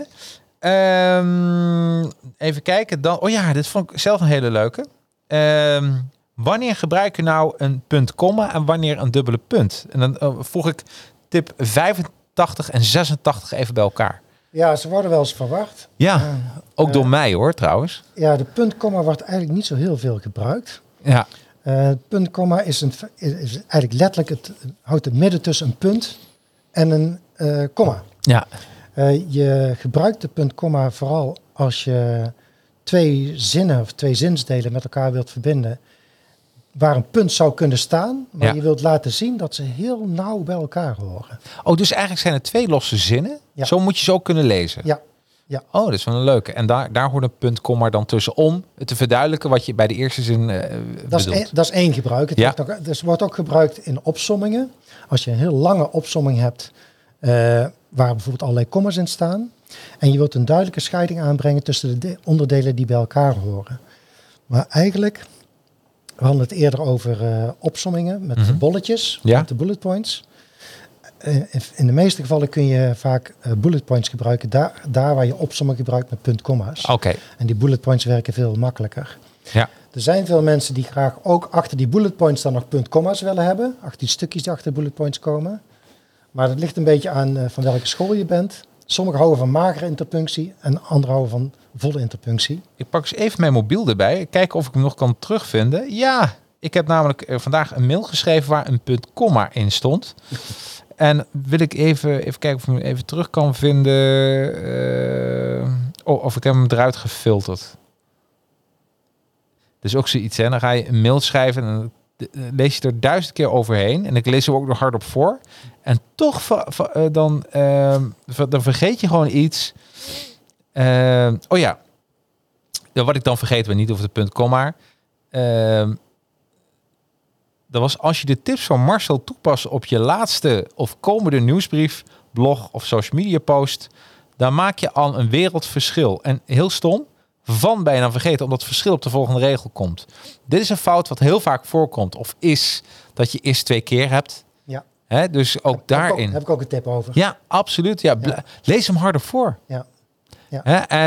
Even kijken. Dan, dit vond ik zelf een hele leuke. Wanneer gebruik je nou een punt, komma en wanneer een dubbele punt? En dan voeg ik tip 85 en 86 even bij elkaar. Ja, ze worden wel eens verward. Ja, ook door mij hoor trouwens. Ja, de punt, komma wordt eigenlijk niet zo heel veel gebruikt. Ja. Punt, komma is eigenlijk letterlijk, het houdt het midden tussen een punt en een komma. Ja. Je gebruikt de punt, komma vooral als je 2 zinnen of 2 zinsdelen met elkaar wilt verbinden, waar een punt zou kunnen staan, maar je wilt laten zien dat ze heel nauw bij elkaar horen. Oh, dus eigenlijk zijn het 2 losse zinnen? Ja. Zo moet je ze ook kunnen lezen? Ja. Ja. Oh, dat is wel een leuke. En daar hoort een punt, komma dan tussen om het te verduidelijken wat je bij de eerste zin bedoelt. Dat is één gebruik. Het wordt ook gebruikt in opsommingen. Als je een heel lange opsomming hebt, waar bijvoorbeeld allerlei kommas in staan. En je wilt een duidelijke scheiding aanbrengen tussen de onderdelen die bij elkaar horen. Maar eigenlijk, we hadden het eerder over opsommingen met de bolletjes, met de bullet points. In de meeste gevallen kun je vaak bullet points gebruiken daar waar je opsomming gebruikt met puntkomma's. Oké. En die bullet points werken veel makkelijker. Ja. Er zijn veel mensen die graag ook achter die bullet points dan nog puntkomma's willen hebben. Achter die stukjes die achter de bullet points komen. Maar dat ligt een beetje aan van welke school je bent. Sommigen houden van magere interpunctie en anderen houden van volle interpunctie. Ik pak eens even mijn mobiel erbij. Kijken of ik hem nog kan terugvinden. Ja, ik heb namelijk vandaag een mail geschreven waar een punt komma in stond. En wil ik even kijken of ik hem even terug kan vinden. Of ik heb hem eruit gefilterd. Dus ook zoiets, hè. Dan ga je een mail schrijven en dan lees je er 1000 keer overheen. En ik lees er ook nog hardop voor. En toch dan vergeet je gewoon iets. Wat ik dan vergeet, weet niet of het punt komma. Dat was als je de tips van Marcel toepast op je laatste of komende nieuwsbrief, blog of social media post, dan maak je al een wereldverschil. En heel stom, van ben je dan vergeten omdat het verschil op de volgende regel komt. Dit is een fout wat heel vaak voorkomt. Of is dat je is 2 keer hebt. Ja. Hè, dus ook daarin. Heb ik ook een tip over. Ja, absoluut. Ja, lees hem harder voor. Ja. Ja.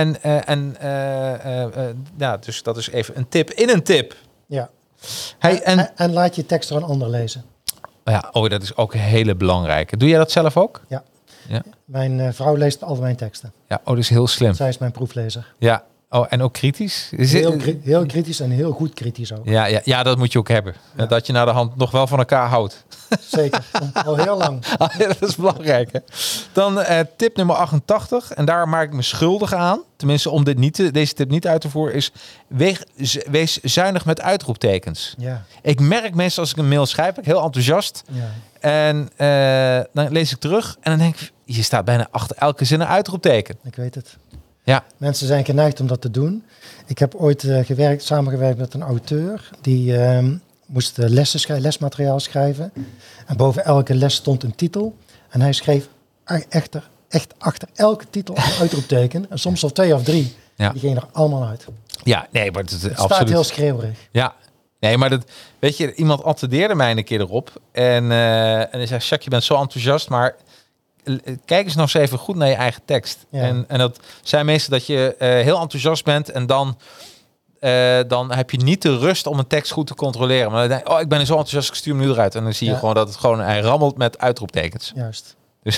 Hè, dus dat is even een tip in een tip. Ja. Hey, en laat je tekst door een ander lezen. Ja, dat is ook een hele belangrijke. Doe jij dat zelf ook? Ja. Ja. Mijn vrouw leest al mijn teksten. Ja, dat is heel slim. Zij is mijn proeflezer. Ja. En ook kritisch? Heel kritisch en heel goed kritisch ook. Ja, dat moet je ook hebben. Ja. Dat je naar de hand nog wel van elkaar houdt. Zeker, al heel lang. Dat is belangrijk, hè? Dan tip nummer 88. En daar maak ik me schuldig aan. Tenminste, om deze tip niet uit te voeren, is wees zuinig met uitroeptekens. Ja. Ik merk meestal als ik een mail schrijf, ben ik heel enthousiast. Ja. En dan lees ik terug en dan denk ik, je staat bijna achter elke zin een uitroepteken. Ik weet het. Ja. Mensen zijn geneigd om dat te doen. Ik heb ooit samengewerkt met een auteur. Die moest lesmateriaal schrijven. En boven elke les stond een titel. En hij schreef echt achter elke titel een uitroepteken. En soms al 2 of 3. Ja. Die gingen er allemaal uit. Ja, nee, maar het staat absoluut heel schreeuwerig. Ja. Nee, maar weet je, iemand attendeerde mij een keer erop. En hij zei, Jacques, je bent zo enthousiast, maar kijk eens nog eens even goed naar je eigen tekst. Ja. En dat zijn meestal dat je heel enthousiast bent en dan heb je niet de rust om een tekst goed te controleren. Maar dan denk je, ik ben zo enthousiast, ik stuur hem nu eruit. En dan zie je gewoon dat het gewoon, hij rammelt met uitroeptekens. Juist.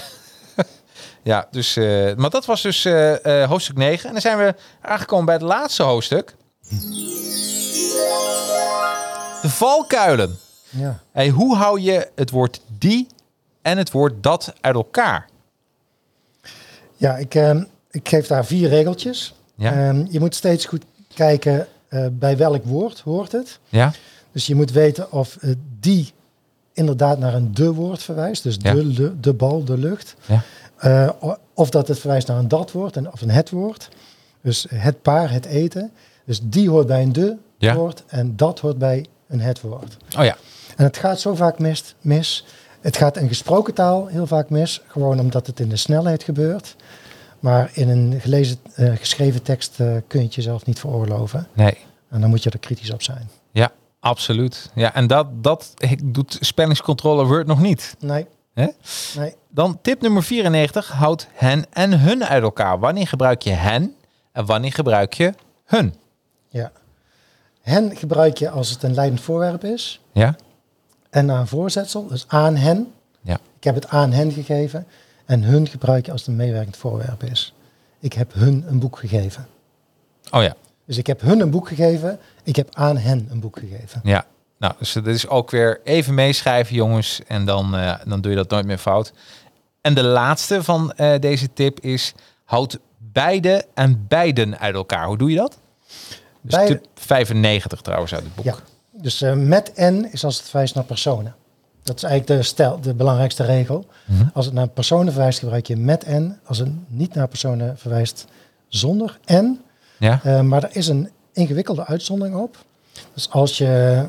Dus, maar dat was dus hoofdstuk 9. En dan zijn we aangekomen bij het laatste hoofdstuk. De valkuilen. Ja. Hey, hoe hou je het woord die en het woord dat uit elkaar? Ja, ik geef daar 4 regeltjes. Ja. Je moet steeds goed kijken bij welk woord hoort het. Ja. Dus je moet weten of die inderdaad naar een de woord verwijst. Dus de bal, de lucht. Ja. Of dat het verwijst naar een dat woord of een het woord. Dus het paar, het eten. Dus die hoort bij een de woord en dat hoort bij een het woord. Oh ja. En het gaat zo vaak mis. Het gaat in gesproken taal heel vaak mis. Gewoon omdat het in de snelheid gebeurt. Maar in een geschreven tekst kun je het jezelf niet veroorloven. Nee. En dan moet je er kritisch op zijn. Ja, absoluut. Ja, en dat doet spellingscontrole Word nog niet. Nee. Hè? Nee. Dan tip nummer 94. Houd hen en hun uit elkaar. Wanneer gebruik je hen en wanneer gebruik je hun? Ja. Hen gebruik je als het een leidend voorwerp is. Ja. En na een voorzetsel, dus aan hen. Ja. Ik heb het aan hen gegeven. En hun gebruik je als het een meewerkend voorwerp is. Ik heb hun een boek gegeven. Oh ja. Dus ik heb hun een boek gegeven. Ik heb aan hen een boek gegeven. Ja. Nou, dus dat is ook weer even meeschrijven, jongens. En dan doe je dat nooit meer fout. En de laatste van deze tip is, houd beide en beiden uit elkaar. Hoe doe je dat? Dus tip 95 trouwens uit het boek. Ja. Dus met en is als het verwijst naar personen. Dat is eigenlijk de belangrijkste regel. Mm-hmm. Als het naar personen verwijst, gebruik je met en. Als het niet naar personen verwijst, zonder en. Ja. Maar er is een ingewikkelde uitzondering op. Dus als je...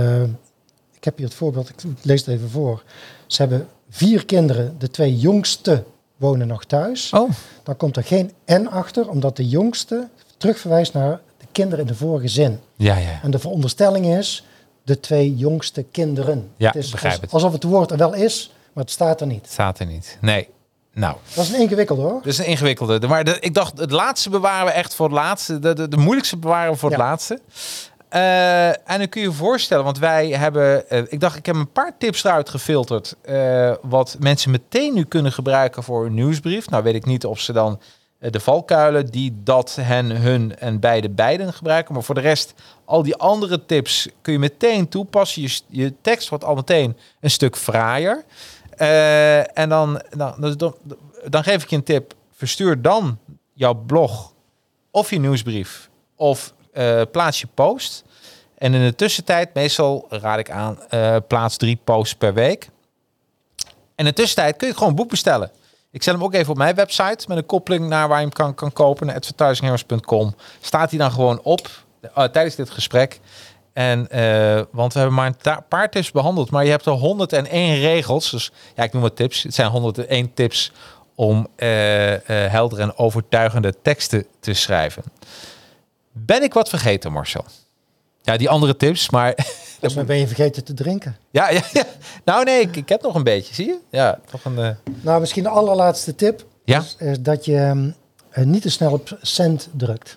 ik heb hier het voorbeeld, ik lees het even voor. Ze hebben 4 kinderen, de 2 jongste wonen nog thuis. Oh. Dan komt er geen en achter, omdat de jongste terugverwijst naar de kinderen in de vorige zin. Ja. En de veronderstelling is de 2 jongste kinderen. Ja, Het is begrijp het. alsof het woord er wel is, maar het staat er niet. Staat er niet. Nee. Nou. Dat is een ingewikkelde hoor. Dat is een ingewikkelde. Maar ik dacht, het laatste bewaren we echt voor het laatste. De moeilijkste bewaren we voor het laatste. En dan kun je je voorstellen, want wij hebben... ik heb een paar tips eruit gefilterd. Wat mensen meteen nu kunnen gebruiken voor een nieuwsbrief. Nou weet ik niet of ze dan de valkuilen die dat, hen, hun en beiden gebruiken. Maar voor de rest, al die andere tips kun je meteen toepassen. Je tekst wordt al meteen een stuk fraaier. En dan geef ik je een tip. Verstuur dan jouw blog of je nieuwsbrief of plaats je post. En in de tussentijd, meestal raad ik aan, plaats 3 posts per week. En in de tussentijd kun je gewoon een boek bestellen. Ik zet hem ook even op mijn website met een koppeling naar waar je hem kan kopen. Naar advertisingheroes.com. Staat hij dan gewoon op tijdens dit gesprek. En want we hebben maar een paar tips behandeld, maar je hebt er 101 regels. Dus ja, ik noem het tips. Het zijn 101 tips om heldere en overtuigende teksten te schrijven. Ben ik wat vergeten, Marcel? Ja, die andere tips, maar... Dus dan ben je vergeten te drinken. Ja. Nou nee, ik heb nog een beetje, zie je? Ja, toch een... Nou, misschien de allerlaatste tip. Ja? Is dat je niet te snel op send drukt.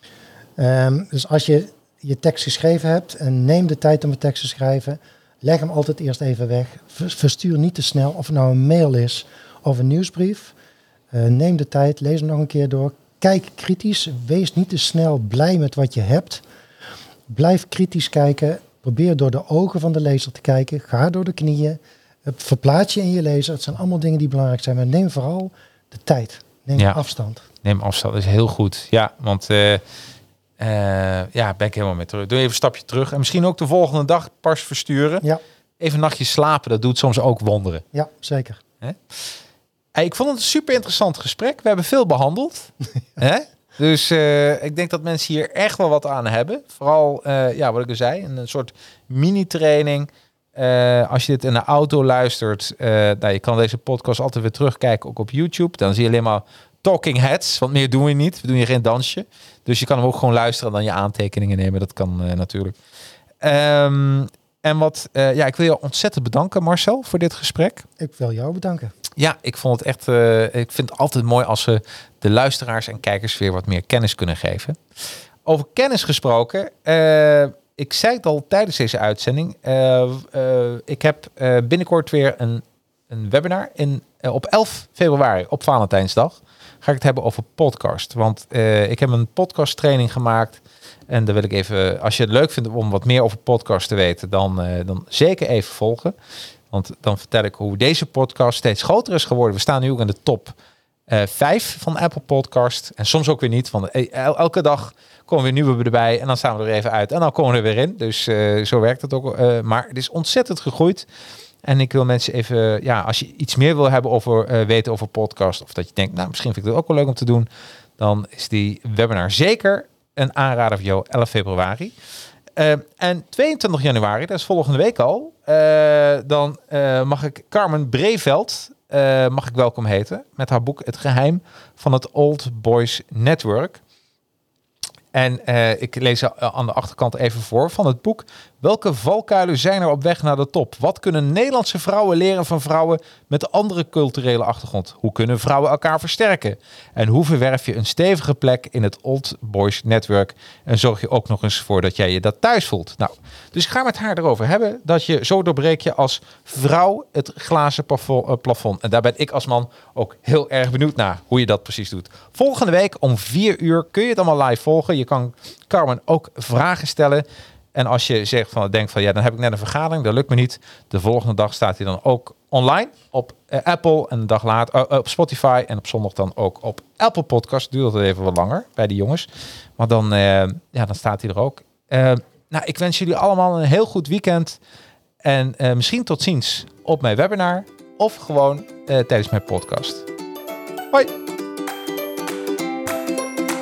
Dus als je tekst geschreven hebt en neem de tijd om de tekst te schrijven, leg hem altijd eerst even weg. Verstuur niet te snel, of het nou een mail is of een nieuwsbrief. Neem de tijd, lees hem nog een keer door. Kijk kritisch, wees niet te snel blij met wat je hebt. Blijf kritisch kijken. Probeer door de ogen van de lezer te kijken. Ga door de knieën. Verplaats je in je lezer. Het zijn allemaal dingen die belangrijk zijn. Maar neem vooral de tijd. Neem afstand. Neem afstand, dat is heel goed. Ja, want ben ik helemaal mee terug. Doe even een stapje terug. En misschien ook de volgende dag pas versturen. Ja. Even een nachtje slapen, dat doet soms ook wonderen. Ja, zeker. Ik vond het een super interessant gesprek. We hebben veel behandeld. Dus ik denk dat mensen hier echt wel wat aan hebben. Vooral, wat ik al zei, een soort mini-training. Als je dit in de auto luistert, je kan deze podcast altijd weer terugkijken, ook op YouTube. Dan zie je alleen maar talking heads, want meer doen we niet. We doen hier geen dansje. Dus je kan hem ook gewoon luisteren en dan je aantekeningen nemen. Dat kan natuurlijk. Ik wil je ontzettend bedanken, Marcel, voor dit gesprek. Ik wil jou bedanken. Ja, ik vond het echt. Ik vind het altijd mooi als we de luisteraars en kijkers weer wat meer kennis kunnen geven. Over kennis gesproken. Ik zei het al tijdens deze uitzending. Ik heb binnenkort weer een webinar op 11 februari, op Valentijnsdag. Ga ik het hebben over podcast. Want ik heb een podcast training gemaakt. En dan wil ik even, als je het leuk vindt om wat meer over podcast te weten, dan zeker even volgen. Want dan vertel ik hoe deze podcast steeds groter is geworden. We staan nu ook in de top 5 van Apple Podcast. En soms ook weer niet. Want elke dag komen weer nieuwe erbij. En dan staan we er even uit. En dan komen we er weer in. Dus zo werkt het ook. Maar het is ontzettend gegroeid. En ik wil mensen even, als je iets meer wil hebben over weten over podcast. Of dat je denkt, nou misschien vind ik het ook wel leuk om te doen. Dan is die webinar zeker een aanrader voor jou, 11 februari. En 22 januari, dat is volgende week al, dan mag ik Carmen Breveld welkom heten met haar boek Het Geheim van het Old Boys Network. En ik lees aan de achterkant even voor van het boek. Welke valkuilen zijn er op weg naar de top? Wat kunnen Nederlandse vrouwen leren van vrouwen met een andere culturele achtergrond? Hoe kunnen vrouwen elkaar versterken? En hoe verwerf je een stevige plek in het Old Boys Network? En zorg je ook nog eens voor dat jij je dat thuis voelt? Nou, dus ik ga met haar erover hebben dat je zo doorbreek je als vrouw het glazen plafond. En daar ben ik als man ook heel erg benieuwd naar hoe je dat precies doet. Volgende week om 4 uur kun je het allemaal live volgen. Je kan Carmen ook vragen stellen. En als je denkt van dan heb ik net een vergadering, dat lukt me niet. De volgende dag staat hij dan ook online op Apple en een dag later op Spotify en op zondag dan ook op Apple Podcast. Duurt dat even wat langer bij die jongens. Maar dan staat hij er ook. Ik wens jullie allemaal een heel goed weekend. En misschien tot ziens op mijn webinar of gewoon tijdens mijn podcast. Hoi!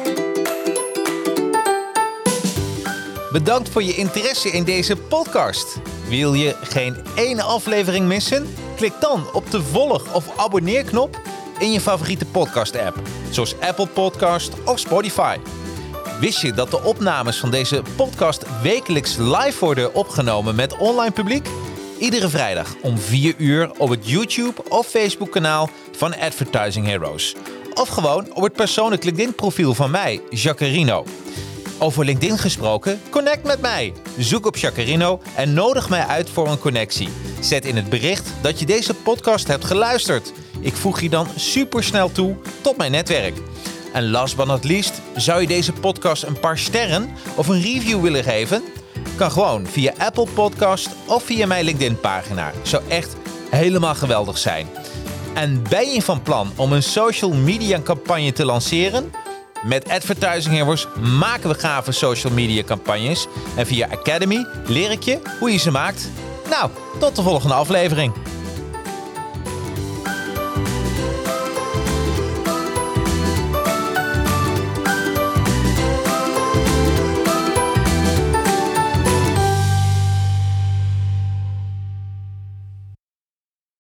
Bedankt voor je interesse in deze podcast. Wil je geen ene aflevering missen? Klik dan op de volg- of abonneerknop in je favoriete podcast-app, zoals Apple Podcast of Spotify. Wist je dat de opnames van deze podcast wekelijks live worden opgenomen met online publiek? Iedere vrijdag om 4 uur op het YouTube of Facebook kanaal van Advertising Heroes. Of gewoon op het persoonlijk LinkedIn profiel van mij, Jacarino. Over LinkedIn gesproken, connect met mij. Zoek op Jacarino en nodig mij uit voor een connectie. Zet in het bericht dat je deze podcast hebt geluisterd. Ik voeg je dan supersnel toe tot mijn netwerk. En last but not least, zou je deze podcast een paar sterren of een review willen geven? Kan gewoon via Apple Podcast of via mijn LinkedIn pagina. Zou echt helemaal geweldig zijn. En ben je van plan om een social media campagne te lanceren? Met Advertising Heroes maken we gave social media campagnes. En via Academy leer ik je hoe je ze maakt. Nou, tot de volgende aflevering.